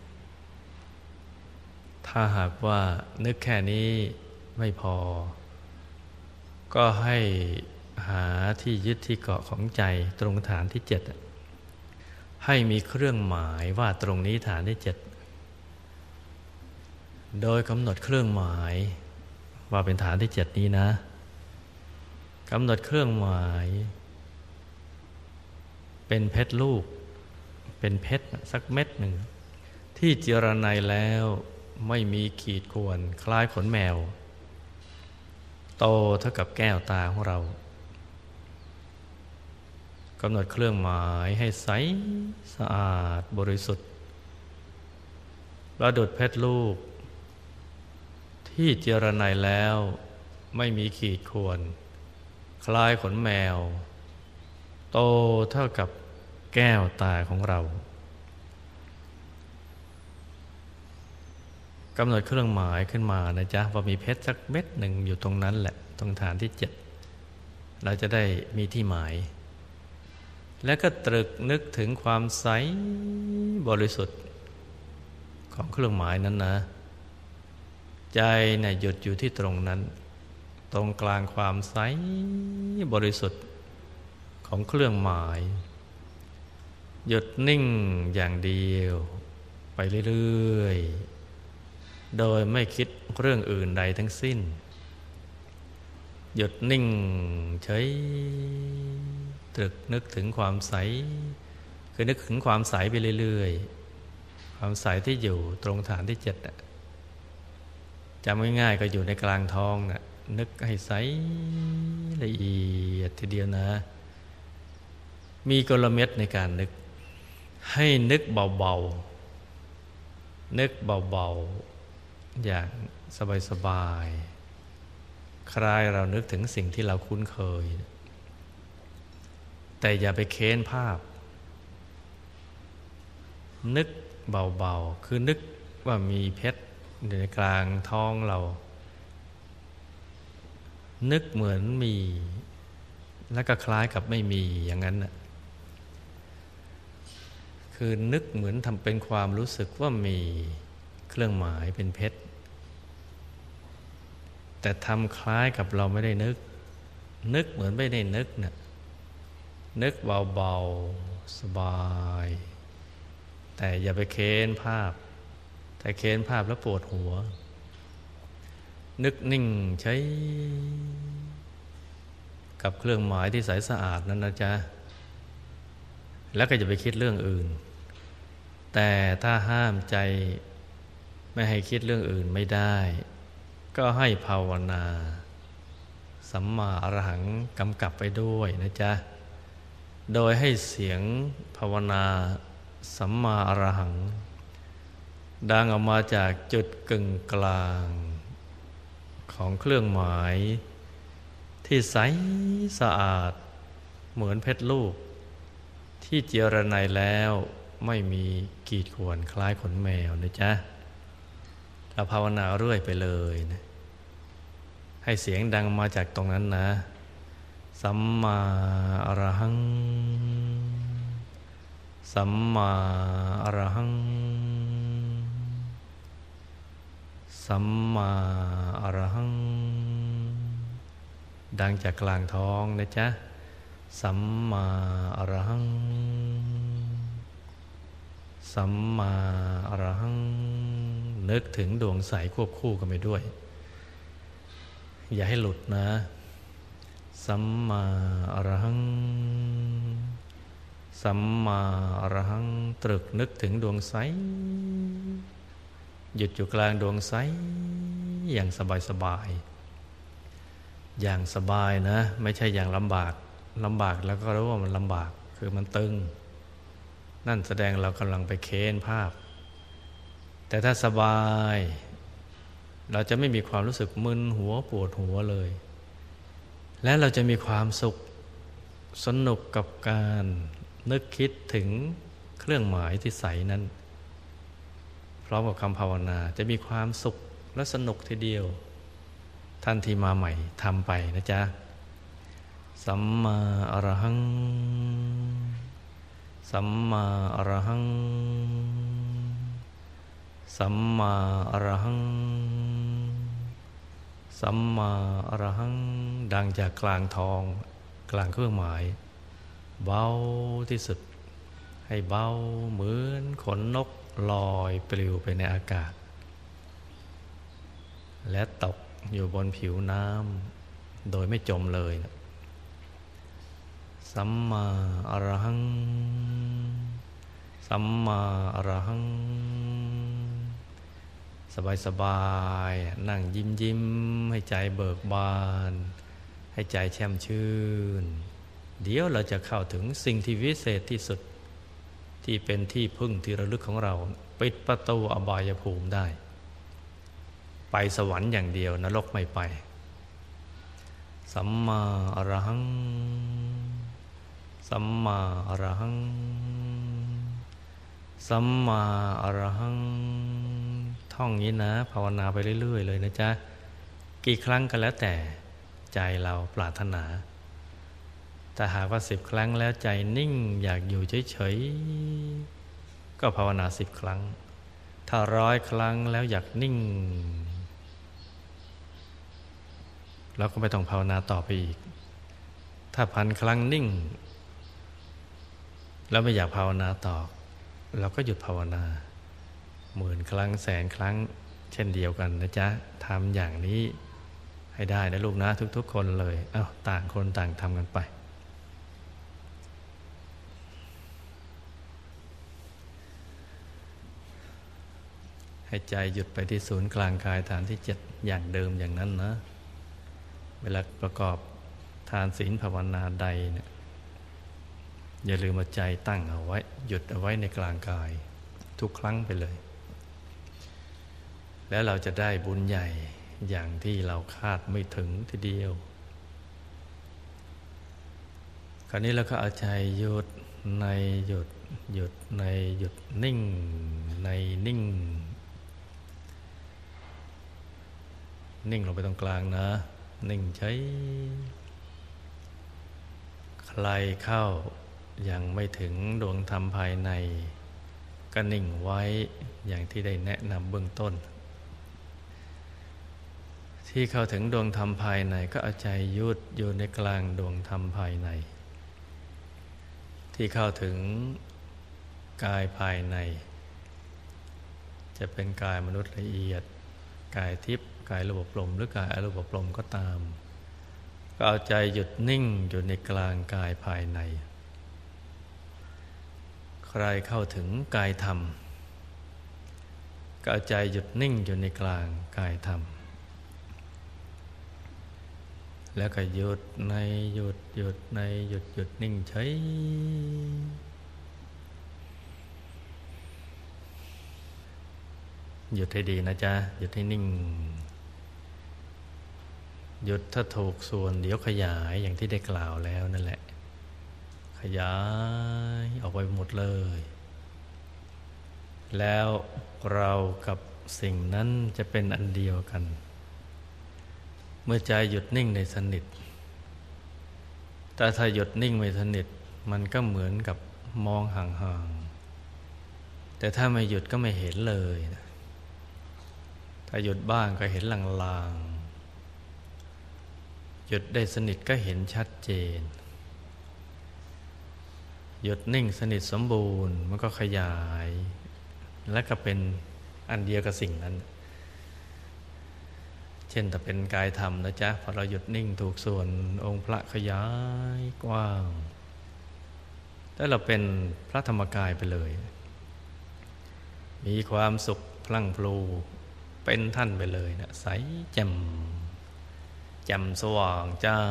ถ้าหากว่านึกแค่นี้ไม่พอก็ให้หาที่ยึดที่เกาะของใจตรงฐานที่7ให้มีเครื่องหมายว่าตรงนี้ฐานที่7โดยกำหนดเครื่องหมายว่าเป็นฐานที่7นี้นะกำหนดเครื่องหมายเป็นเพชรลูกเป็นเพชรสักเม็ดหนึ่งที่เจรไนแล้วไม่มีขีดข่วนคล้ายขนแมวโตเท่ากับแก้วตาของเรากำหนดเครื่องหมายให้ใสสะอาดบริสุทธิ์ประดุจเพชรลูกที่เจรไนแล้วไม่มีขีดข่วนคล้ายขนแมวโตเท่ากับแก้วตาของเรากำหนดเครื่องหมายขึ้นมานะจ๊ะว่ามีเพชรสักเม็ดหนึ่งอยู่ตรงนั้นแหละตรงฐานที่7เราจะได้มีที่หมายแล้วก็ตรึกนึกถึงความใสบริสุทธิ์ของเครื่องหมายนั้นนะใจเนี่ยหยุดอยู่ที่ตรงนั้นตรงกลางความใสบริสุทธิ์ของเครื่องหมายหยุดนิ่งอย่างเดียวไปเรื่อยๆโดยไม่คิดเรื่องอื่นใดทั้งสิ้นหยุดนิ่งเฉยตรึกนึกถึงความใสคือนึกถึงความใสไปเรื่อยๆความใสที่อยู่ตรงฐานที่7จำง่ายๆก็อยู่ในกลางท้องน่ะนึกให้ใสละเอียดทีเดียวนะมีกลเม็ดในการนึกให้นึกเบาๆนึกเบาๆอย่างสบายๆคล้ายเรานึกถึงสิ่งที่เราคุ้นเคยแต่อย่าไปเค้นภาพนึกเบาๆคือนึกว่ามีเพชรอยู่ในกลางท้องเรานึกเหมือนมีแล้วก็คล้ายกับไม่มีอย่างนั้นน่ะคือนึกเหมือนทำเป็นความรู้สึกว่ามีเครื่องหมายเป็นเพชรแต่ทำคล้ายกับเราไม่ได้นึกนึกเหมือนไม่ได้นึกน่ะนึกเบาๆสบายแต่อย่าไปเค้นภาพแต่เค้นภาพแล้วปวดหัวนึกนิ่งใช้กับเครื่องหมายที่ใสสะอาดนั้นนะจ๊ะแล้วก็อย่าไปคิดเรื่องอื่นแต่ถ้าห้ามใจไม่ให้คิดเรื่องอื่นไม่ได้ก็ให้ภาวนาสัมมาอรหังกำกับไปด้วยนะจ๊ะโดยให้เสียงภาวนาสัมมาอรหังดังออกมาจากจุดกึ่งกลางของเครื่องหมายที่ใสสะอาดเหมือนเพชรลูกที่เจรไนแล้วไม่มีกีดข่วนคล้ายขนแมวนะจ๊ะเราภาวนาเรื่อยไปเลยนะให้เสียงดังมาจากตรงนั้นนะสัมมาอรหังสัมมาอรหังสัมมาอรหังดังจากกลางท้องนะจ๊ะสัมมาอรหังสัมมาอรหังนึกถึงดวงใสควบคู่กันไปด้วยอย่าให้หลุดนะสัมมาอรหังสัมมาอรหังตรึกนึกถึงดวงใสหยุดอยู่กลางดวงใสอย่างสบายๆอย่างสบายนะไม่ใช่อย่างลำบากแล้วก็รู้ว่ามันลำบากคือมันตึงนั่นแสดงเรากำลังไปเค้นภาพแต่ถ้าสบายเราจะไม่มีความรู้สึกมึนหัวปวดหัวเลยและเราจะมีความสุขสนุกกับการนึกคิดถึงเครื่องหมายที่ใสนั้นพร้อมกับคำภาวนาจะมีความสุขและสนุกทีเดียวท่านที่มาใหม่ทำไปนะจ๊ะสัมมาอรหังสัมมาอรหังสัมมาอรหังสัมมาอรหังดังจากกลางท้องกลางเครื่องหมายเบาที่สุดให้เบาเหมือนขนนกลอยปลิวไปในอากาศและตกอยู่บนผิวน้ำโดยไม่จมเลยนะสัมมาอรหังสัมมาอรหังสบายๆนั่งยิ้มให้ใจเบิกบานให้ใจแช่มชื่นเดี๋ยวเราจะเข้าถึงสิ่งที่วิเศษที่สุดที่เป็นที่พึ่งที่ระลึกของเราปิดประตูอบายภูมิได้ไปสวรรค์อย่างเดียวนรกไม่ไปสัมมาอรหังสัมมาอรหังสัมมาอรหังท่องนี้นะภาวนาไปเรื่อยๆเลยนะจ๊ะกี่ครั้งก็แล้วแต่ใจเราปรารถนาถ้าหากว่า10 ครั้งแล้วใจนิ่งอยากอยู่เฉยๆก็ภาวนา10 ครั้งถ้า100 ครั้งแล้วอยากนิ่งเราก็ไม่ต้องภาวนาต่อไปอีกถ้า1,000 ครั้งนิ่งแล้วไม่อยากภาวนาต่อเราก็หยุดภาวนา10,000 ครั้ง100,000 ครั้งเช่นเดียวกันนะจ๊ะทำอย่างนี้ให้ได้นะลูกนะทุกๆคนเลยต่างคนต่างทำกันไปให้ใจหยุดไปที่ศูนย์กลางกายฐานที่7อย่างเดิมอย่างนั้นนะเวลาประกอบทานศีลภาวนาใดเนี่ยอย่าลืมเอาใจตั้งเอาไว้หยุดเอาไว้ในกลางกายทุกครั้งไปเลยแล้วเราจะได้บุญใหญ่อย่างที่เราคาดไม่ถึงทีเดียวคราวนี้เราก็เอาใจหยุดในหยุดหยุดในหยุดนิ่งในนิ่งนิ่งลงไปตรงกลางนะนิ่งใช้ใครเข้ายังไม่ถึงดวงธรรมภายในก็นิ่งไว้อย่างที่ได้แนะนำเบื้องต้นที่เข้าถึงดวงธรรมภายในก็เอาใจหยุดอยู่ในกลางดวงธรรมภายในที่เข้าถึงกายภายในจะเป็นกายมนุษย์ละเอียดกายทิพย์กายรูปลมหรือกายอรูปลมก็ตามก็เอาใจหยุดนิ่งอยู่ในกลางกายภายในใครเข้าถึงกายธรรมก็เอาใจหยุดนิ่งอยู่ในกลางกายธรรมแล้วก็หยุดในหยุดหยุดในหยุดหยุดนิ่งเฉยหยุดให้ดีนะจ๊ะหยุดให้นิ่งหยุดถ้าถูกส่วนเดี๋ยวขยายอย่างที่ได้กล่าวแล้วนั่นแหละขยายออกไปหมดเลยแล้วเรากับสิ่งนั้นจะเป็นอันเดียวกันเมื่อใจหยุดนิ่งในสนิทแต่ถ้าหยุดนิ่งไม่สนิทมันก็เหมือนกับมองห่างๆแต่ถ้าไม่หยุดก็ไม่เห็นเลยถ้าหยุดบ้างก็เห็นลางๆหยุดได้สนิทก็เห็นชัดเจนหยุดนิ่งสนิทสมบูรณ์มันก็ขยายและก็เป็นอันเดียวกับสิ่งนั้นเช่นถ้าเป็นกายธรรมนะจ๊ะพอเราหยุดนิ่งถูกส่วนองค์พระขยายกว้างแล้วเราเป็นพระธรรมกายไปเลยมีความสุขพลั่งพลูเป็นท่านไปเลยนะใสแจ่มแจ่มสว่างจ้า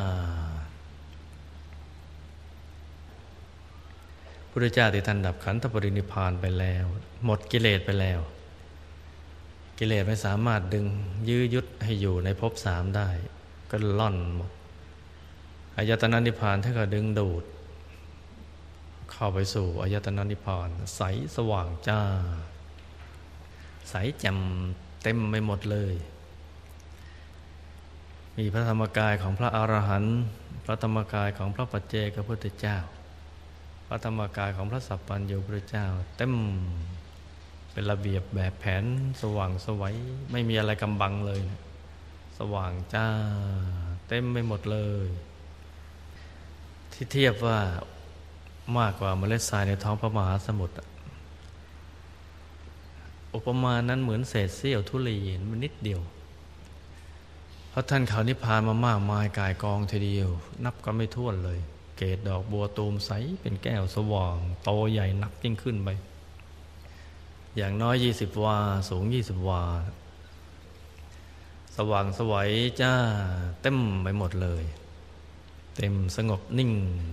พุทธเจ้าที่ท่านดับขันธปรินิพพานไปแล้วหมดกิเลสไปแล้วกิเลสไม่สามารถดึงยื้อยุดให้อยู่ในภพ3ได้ก็ล่อนหมดอายตนะนิพพานท่านก็ดึงดูดเข้าไปสู่อายตนะนิพพานใสสว่างจ้าใสแจ่มเต็มไปหมดเลยมีพระธรรมกายของพระอรหันต์พระธรรมกายของพระปัจเจกพุทธเจ้าพระธรรมกายของพระสัพพัญญูพุทธเจ้าเต็มเป็นระเบียบแบบแผนสว่างสวัยไม่มีอะไรกำบังเลยนะสว่างจ้าเต็มไปหมดเลยที่เทียบว่ามากกว่าเมล็ดทรายในท้องพระมหาสมุทรอุปมานั้นเหมือนเศษเสี้ยวธุลีนมันนิดเดียวเพราะท่านเขานิพพานมามากมายกายกองทีเดียวนับก็ไม่ถ้วนเลยเกศดอกบัวตูมใสเป็นแก้วสว่างโตใหญ่นักยิ่งขึ้นไปอย่างน้อย20 วาสูง20 วาสว่างสวัยจ้าเต็มไปหมดเลยเต็มสงบนิ่ง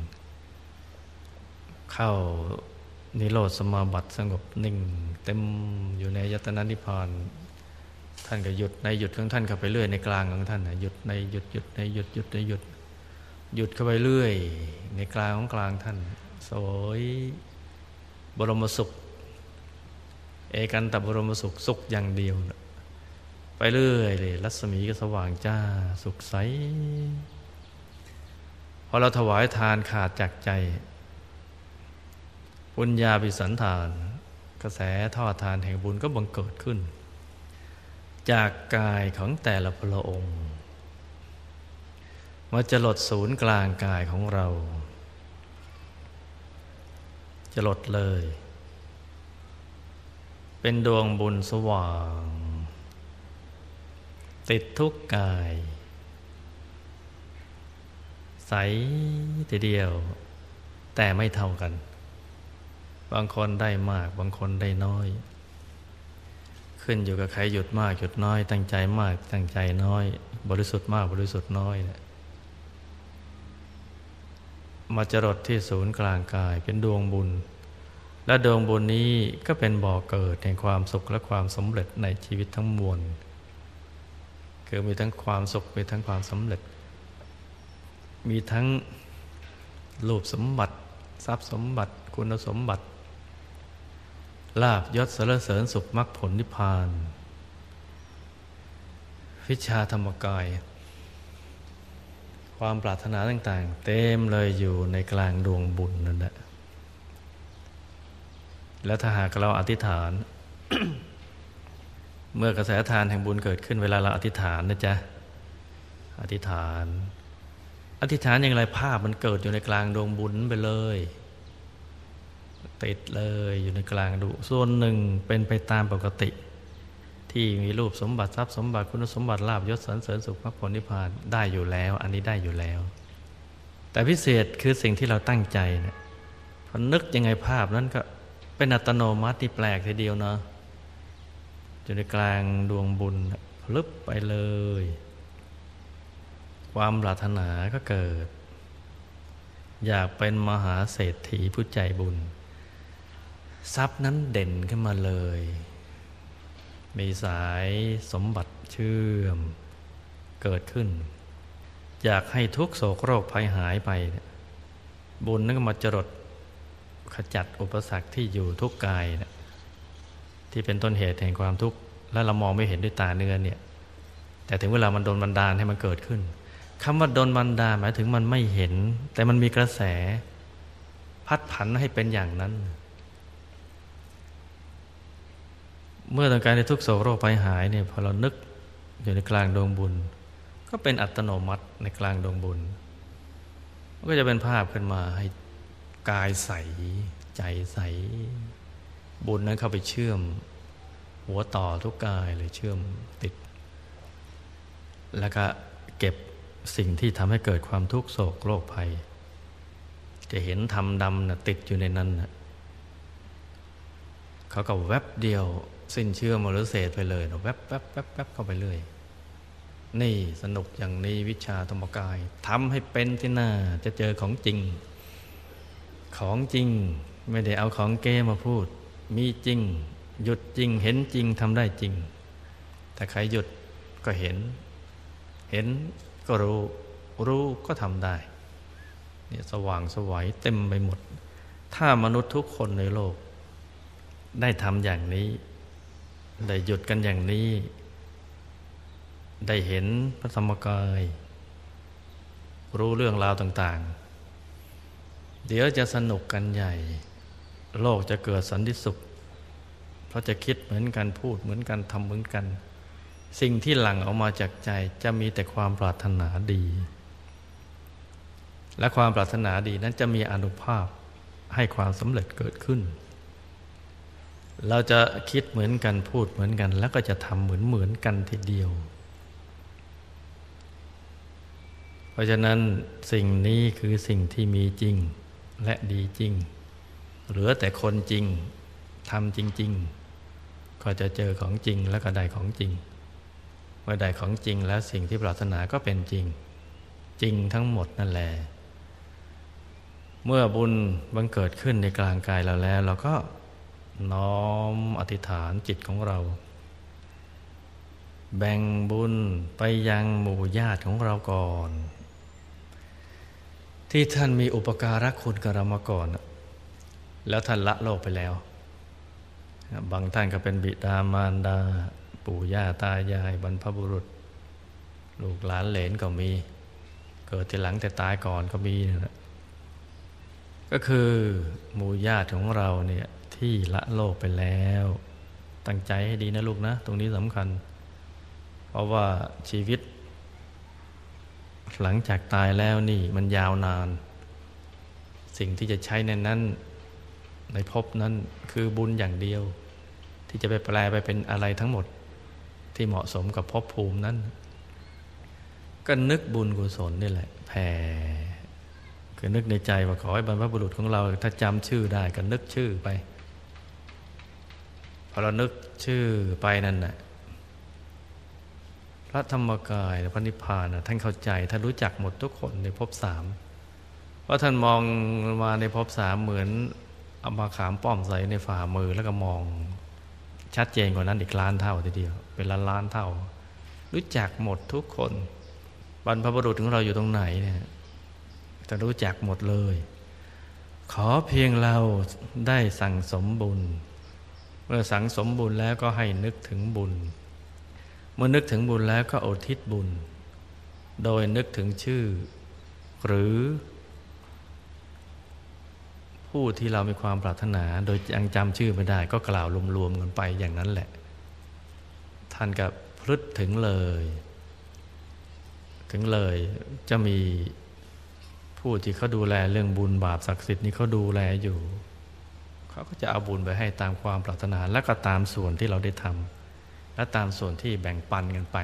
เข้านิโรธสมาบัติสงบนิ่งเต็มอยู่ในอายตนะนิพพานท่านก็หยุดในหยุดของท่านเข้าไปเรื่อยในกลางของท่านหยุดในหยุดหยุดในหยุดหยุดในหยุดหยุดเข้าไปเรื่อยในกลางของกลางท่านสวยบรมสุขเอกันตบรมสุขสุขอย่างเดียวไปเรื่อยเลยรัศมีก็สว่างจ้าสุขใสพอพอเราถวายทานขาดจากใจบุญญาภิสันธานกระแสทอดทานแห่งบุญก็บังเกิดขึ้นจากกายของแต่ละพระองค์มาจรดศูนย์กลางกายของเราจรดเลยเป็นดวงบุญสว่างติดทุกกายใสทีเดียวแต่ไม่เท่ากันบางคนได้มากบางคนได้น้อยขึ้นอยู่กับใครหยุดมากหยุดน้อยตั้งใจมากตั้งใจน้อยบริสุทธิ์มากบริสุทธิ์น้อยเนี่ยมาจรดที่ศูนย์กลางกายเป็นดวงบุญและดวงบุญนี้ก็เป็นบ่อเกิดแห่งความสุขและความสำเร็จในชีวิตทั้งมวลคือมีทั้งความสุขมีทั้งความสำเร็จมีทั้งรูปสมบัติทรัพย์สมบัติคุณสมบัติลาภยศสรรเสริญสุขมรรคผลนิพพานวิชาธรรมกายความปรารถนาต่างๆเต็มเลยอยู่ในกลางดวงบุญนั่นแหละแล้วถ้าหากเราอธิษฐาน เมื่อกระแสทานแห่งบุญเกิดขึ้นเวลาเราอธิษฐานนะจ๊ะอธิษฐานอย่างไรภาพมันเกิดอยู่ในกลางดวงบุญไปเลยติดเลยอยู่ในกลางดูส่วนหนึ่งเป็นไปตามปกติที่มีรูปสมบัติทรัพย์สมบัติคุณสมบัติลาภยศสรรเสริญสุขมรรคผลนิพพานได้อยู่แล้วอันนี้ได้อยู่แล้วแต่พิเศษคือสิ่งที่เราตั้งใจเนี่ยพอนึกยังไงภาพนั้นก็เป็นอัตโนมัติที่แปลกทีเดียวเนาะอยู่ในกลางดวงบุญพลึบไปเลยความปรารถนาก็เกิดอยากเป็นมหาเศรษฐีผู้ใจบุญทรัพย์นั้นเด่นขึ้นมาเลยมีสายสมบัติเชื่อมเกิดขึ้นอยากให้ทุกโศกโรคภัยหายไปบุญนั้นก็มาจรดขจัดอุปสรรคที่อยู่ทุกกายที่เป็นต้นเหตุแห่งความทุกข์และเรามองไม่เห็นด้วยตาเนื้อเนี่ยแต่ถึงเวลามันโดนบันดาลให้มันเกิดขึ้นคำว่าโดนบันดาลหมายถึงมันไม่เห็นแต่มันมีกระแสพัดผันให้เป็นอย่างนั้นเมื่อต้องการให้ทุกโศกโรคภัยหายเนี่ยพอเรานึกอยู่ในกลางดวงบุญก็เป็นอัตโนมัติในกลางดวงบุญมันก็จะเป็นภาพขึ้นมาให้กายใสใจใสบุญนั้นเข้าไปเชื่อมหัวต่อทุกกายเลยเชื่อมติดแล้วก็เก็บสิ่งที่ทำให้เกิดความทุกข์โศกโรคภัยจะเห็นธรรมดำนะติดอยู่ในนั้นนะเขาก็แวบเดียวสิ้นเชื่อมหรือเศษไปเลยแวบเข้าไปเรื่อยนี่สนุกอย่างนี้วิชาธรรมกายทำให้เป็นที่หน้าจะเจอของจริงของจริงไม่ได้เอาของเก้มาพูดมีจริงหยุดจริงเห็นจริงทำได้จริงถ้าใครหยุดก็เห็นก็รู้ก็ทำได้เนี่ยสว่างไสวเต็มไปหมดถ้ามนุษย์ทุกคนในโลกได้ทำอย่างนี้ได้หยุดกันอย่างนี้ได้เห็นพระธรรมกายรู้เรื่องราวต่างๆเดี๋ยวจะสนุกกันใหญ่โลกจะเกิดสันติสุขเพราะจะคิดเหมือนกันพูดเหมือนกันทำเหมือนกันสิ่งที่หลั่งออกมาจากใจจะมีแต่ความปรารถนาดีและความปรารถนาดีนั้นจะมีอานุภาพให้ความสำเร็จเกิดขึ้นเราจะคิดเหมือนกันพูดเหมือนกันแล้วก็จะทำเหมือนกันทีเดียวเพราะฉะนั้นสิ่งนี้คือสิ่งที่มีจริงและดีจริงเหลือแต่คนจริงทำจริงๆก็จะเจอของจริงแล้วก็ได้ของจริงเมื่อได้ของจริงแล้วสิ่งที่ปรารถนาก็เป็นจริงจริงทั้งหมดนั่นแหละเมื่อบุญบังเกิดขึ้นในกลางกายเราแล้วเราก็น้อมอธิษฐานจิตของเราแบ่งบุญไปยังหมู่ญาติของเราก่อนที่ท่านมีอุปการะคุณกับเรามาก่อนแล้วท่านละโลกไปแล้วบางท่านก็เป็นบิดามารดาปู่ย่าตายายบรรพบุรุษลูกหลานเหลนก็มีก็กิดทีหลังแต่ตายก่อนก็มีนะก็คือหมู่ญาติของเราเนี่ยที่ละโลกไปแล้วตั้งใจให้ดีนะลูกนะตรงนี้สำคัญเพราะว่าชีวิตหลังจากตายแล้วนี่มันยาวนานสิ่งที่จะใช้ในนั้นในภพนั้นคือบุญอย่างเดียวที่จะไปแปลไปเป็นอะไรทั้งหมดที่เหมาะสมกับภพภูมินั้นก็นึกบุญกุศลนี่แหละแผ่คือนึกในใจว่าขอให้บรรพบุรุษของเราถ้าจำชื่อได้ก็นึกชื่อไปพอเรานึกชื่อไปนั่นน่ะพระธรรมกายพระนิพพานท่านเข้าใจท่านรู้จักหมดทุกคนในภพสามเพราะท่านมองมาในภพสามเหมือนเอามาขามป้อมใส่ในฝ่ามือแล้วก็มองชัดเจนกว่านั้นอีกล้านเท่าทีเดียวเป็นล้านเท่ารู้จักหมดทุกคนบรรพบุรุษของเราอยู่ตรงไหนเนี่ยจะรู้จักหมดเลยขอเพียงเราได้สั่งสมบุญเมื่อสั่งสมบุญแล้วก็ให้นึกถึงบุญเมื่อนึกถึงบุญแล้วก็อุทิศบุญโดยนึกถึงชื่อหรือผู้ที่เรามีความปรารถนาโดยยังจำชื่อไม่ได้ก็กล่าวรวมๆกันไปอย่างนั้นแหละท่านก็พลึดถึงเลยจะมีผู้ที่เขาดูแลเรื่องบุญบาปศักดิ์สิทธิ์นี่เขาดูแลอยู่เขาก็จะเอาบุญไปให้ตามความปรารถนาและก็ตามส่วนที่เราได้ทำและตามส่วนที่แบ่งปันกันไป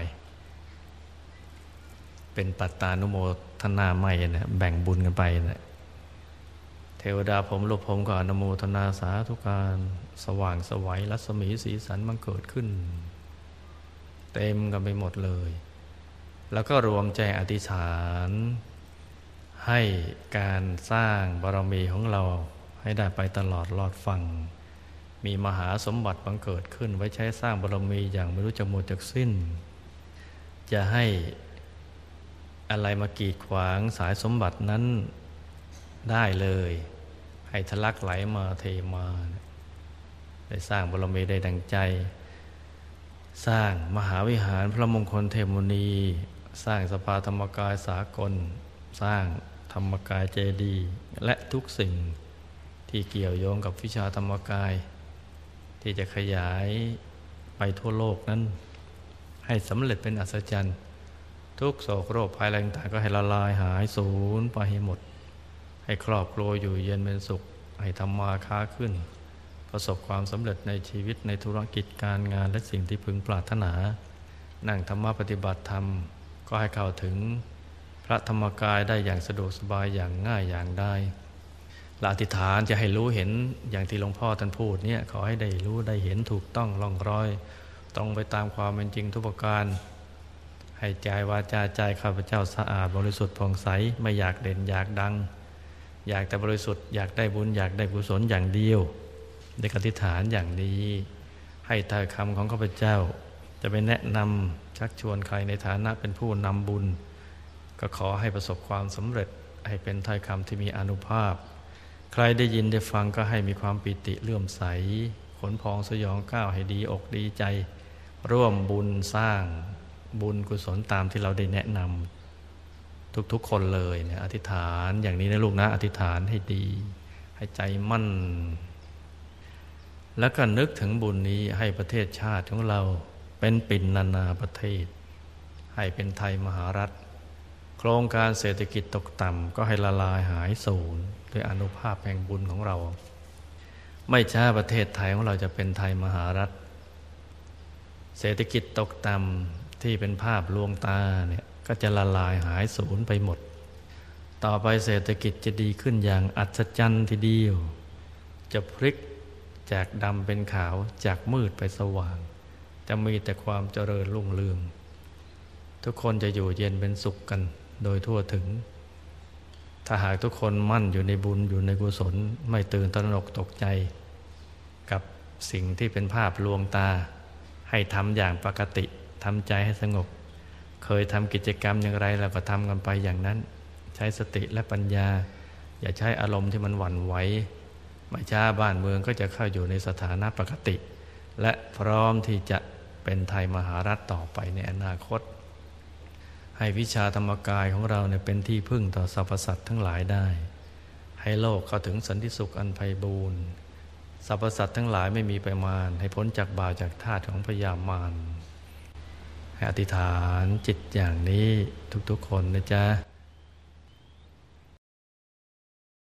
เป็นปัตตานุโมทนาไม่นะแบ่งบุญกันไปนะเทวดาผมรูปผมก็อนุโมทนาสาธุการสว่างไสวรัศมีสีสันมันเกิดขึ้นเต็มกันไปหมดเลยแล้วก็รวมใจอธิษฐานให้การสร้างบารมีของเราให้ได้ไปตลอดรอดฟังมีมหาสมบัติบังเกิดขึ้นไว้ใช้สร้างบารมีอย่างไม่รู้จักหมดจักสิ้นจะให้อะไรมากีดขวางสายสมบัตินั้นได้เลยให้ทะลักไหลมาเทมาได้สร้างบารมีได้ดังใจสร้างมหาวิหารพระมงคลเทพมุนีสร้างสภาธรรมกายสากลสร้างธรรมกายเจดีย์และทุกสิ่งที่เกี่ยวโยงกับวิชาธรรมกายที่จะขยายไปทั่วโลกนั้นให้สำเร็จเป็นอัศจรรย์ทุกโศกโรคภัยอะไรต่างๆก็ให้ละลายหายสูญไปให้หมดให้ครอบครัวอยู่เย็นเป็นสุขให้ทำมาค้าขึ้นประสบความสำเร็จในชีวิตในธุรกิจการงานและสิ่งที่พึงปรารถนานั่งธรรมะปฏิบัติธรรมก็ให้เข้าถึงพระธรรมกายได้อย่างสะดวกสบายอย่างง่ายอย่างได้อธิษฐานจะให้รู้เห็นอย่างที่หลวงพ่อท่านพูดเนี่ยขอให้ได้รู้ได้เห็นถูกต้องล่องรอยตรงไปตามความเป็นจริงทุกประการให้ใจวาจาใจข้าพเจ้าสะอาดบริสุทธิ์ผ่องใสไม่อยากเด่นอยากดังอยากแต่บริสุทธิ์อยากได้บุญอยากได้กุศลอย่างเดียวได้อธิษฐานอย่างนี้ให้ถ้อยคำของข้าพเจ้าจะไปแนะนำชักชวนใครในฐานะเป็นผู้นำบุญก็ขอให้ประสบความสำเร็จให้เป็นถ้อยคำที่มีอานุภาพใครได้ยินได้ฟังก็ให้มีความปิติเลื่อมใสขนพองสยองก้าวให้ดีอกดีใจร่วมบุญสร้างบุญกุศลตามที่เราได้แนะนำทุกๆคนเลยเนี่ยอธิษฐานอย่างนี้นะลูกนะอธิษฐานให้ดีให้ใจมั่นแล้วก็นึกถึงบุญนี้ให้ประเทศชาติของเราเป็นปิ่นนานาประเทศให้เป็นไทยมหารัฐโครงการเศรษฐกิจตกต่ำก็ให้ละลายหายสูญด้วยอานุภาพแห่งบุญของเราไม่ช้าประเทศไทยของเราจะเป็นไทยมหารัฐเศรษฐกิจตกต่ำที่เป็นภาพลวงตาเนี่ยก็จะละลายหายสูญไปหมดต่อไปเศรษฐกิจจะดีขึ้นอย่างอัศจรรย์ทีเดียวจะพลิกจากดำเป็นขาวจากมืดไปสว่างจะมีแต่ความเจริญรุ่งเรืองทุกคนจะอยู่เย็นเป็นสุขกันโดยทั่วถึงถ้าหากทุกคนมั่นอยู่ในบุญอยู่ในกุศลไม่ตื่นตระหนกตกใจกับสิ่งที่เป็นภาพลวงตาให้ทำอย่างปกติทำใจให้สงบเคยทำกิจกรรมอย่างไรเราก็ทำกันไปอย่างนั้นใช้สติและปัญญาอย่าใช้อารมณ์ที่มันหวั่นไหวไม่ช้าบ้านเมืองก็จะเข้าอยู่ในสถานะปกติและพร้อมที่จะเป็นไทยมหารัฐต่อไปในอนาคตให้วิชาธรรมกายของเราเนี่ยเป็นที่พึ่งต่อสรรพสัตว์ทั้งหลายได้ให้โลกเข้าถึงสันติสุขอันไพบูรณ์สรรพสัตว์ทั้งหลายไม่มีประมาณให้พ้นจากบาปจากทาสของพยามารให้อธิษฐานจิตอย่างนี้ทุกๆคนนะจ๊ะ